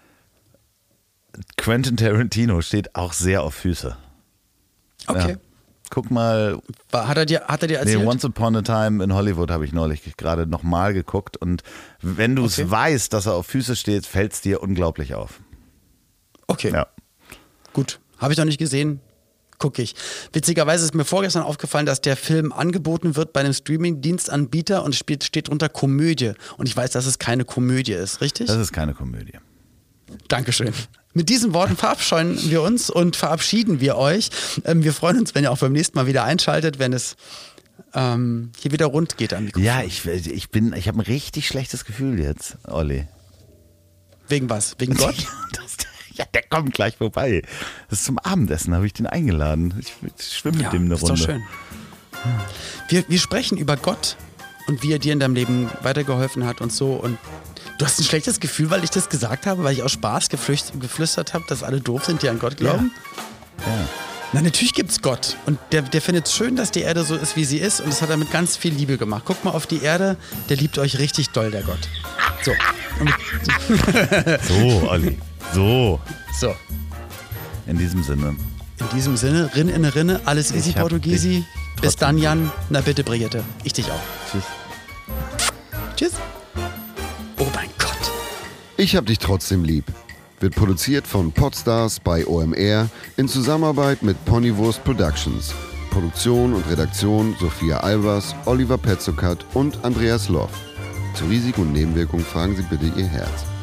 Quentin Tarantino steht auch sehr auf Füße. okay. Ja. Guck mal, War, hat, er dir, hat er dir nee, erzählt? Once Upon a Time in Hollywood habe ich neulich gerade nochmal geguckt und wenn du es Okay. weißt, dass er auf Füße steht, fällt es dir unglaublich auf. Okay, Ja. gut. Habe ich noch nicht gesehen. Gucke ich. Witzigerweise ist mir vorgestern aufgefallen, dass der Film angeboten wird bei einem Streaming-Dienstanbieter und spielt, steht drunter Komödie. Und ich weiß, dass es keine Komödie ist, richtig? Das ist keine Komödie. Dankeschön. Mit diesen Worten verabscheuen wir uns und verabschieden wir euch. Ähm, wir freuen uns, wenn ihr auch beim nächsten Mal wieder einschaltet, wenn es ähm, hier wieder rund geht am Mikrofon. Ja, ich, ich bin, ich habe ein richtig schlechtes Gefühl jetzt, Olli. Wegen was? Wegen Gott? Das, ja, der kommt gleich vorbei. Das ist zum Abendessen, habe ich den eingeladen. Ich, ich schwimme mit dem eine ist doch Runde. schön. Wir, wir sprechen über Gott und wie er dir in deinem Leben weitergeholfen hat und so. Und du hast ein schlechtes Gefühl, weil ich das gesagt habe, weil ich aus Spaß geflüstert, geflüstert habe, dass alle doof sind, die an Gott glauben? Ja. Na, natürlich gibt's Gott. Und der, der findet es schön, dass die Erde so ist, wie sie ist. Und das hat er mit ganz viel Liebe gemacht. Guck mal auf die Erde, der liebt euch richtig doll, der Gott. So. Und, So, Olli. So. so. In diesem Sinne. In diesem Sinne, Rinn in eine Rinne, alles easy Ich hab Portugiesi. dich Bis trotzdem dann, Jan. Na bitte, Brigitte. Ich dich auch. Tschüss. Tschüss. Oh mein Gott. Ich hab dich trotzdem lieb. Wird produziert von Podstars bei O M R in Zusammenarbeit mit Ponywurst Productions. Produktion und Redaktion Sophia Albers, Oliver Petzokat und Andreas Loff. Zu Risiken und Nebenwirkungen fragen Sie bitte Ihr Herz.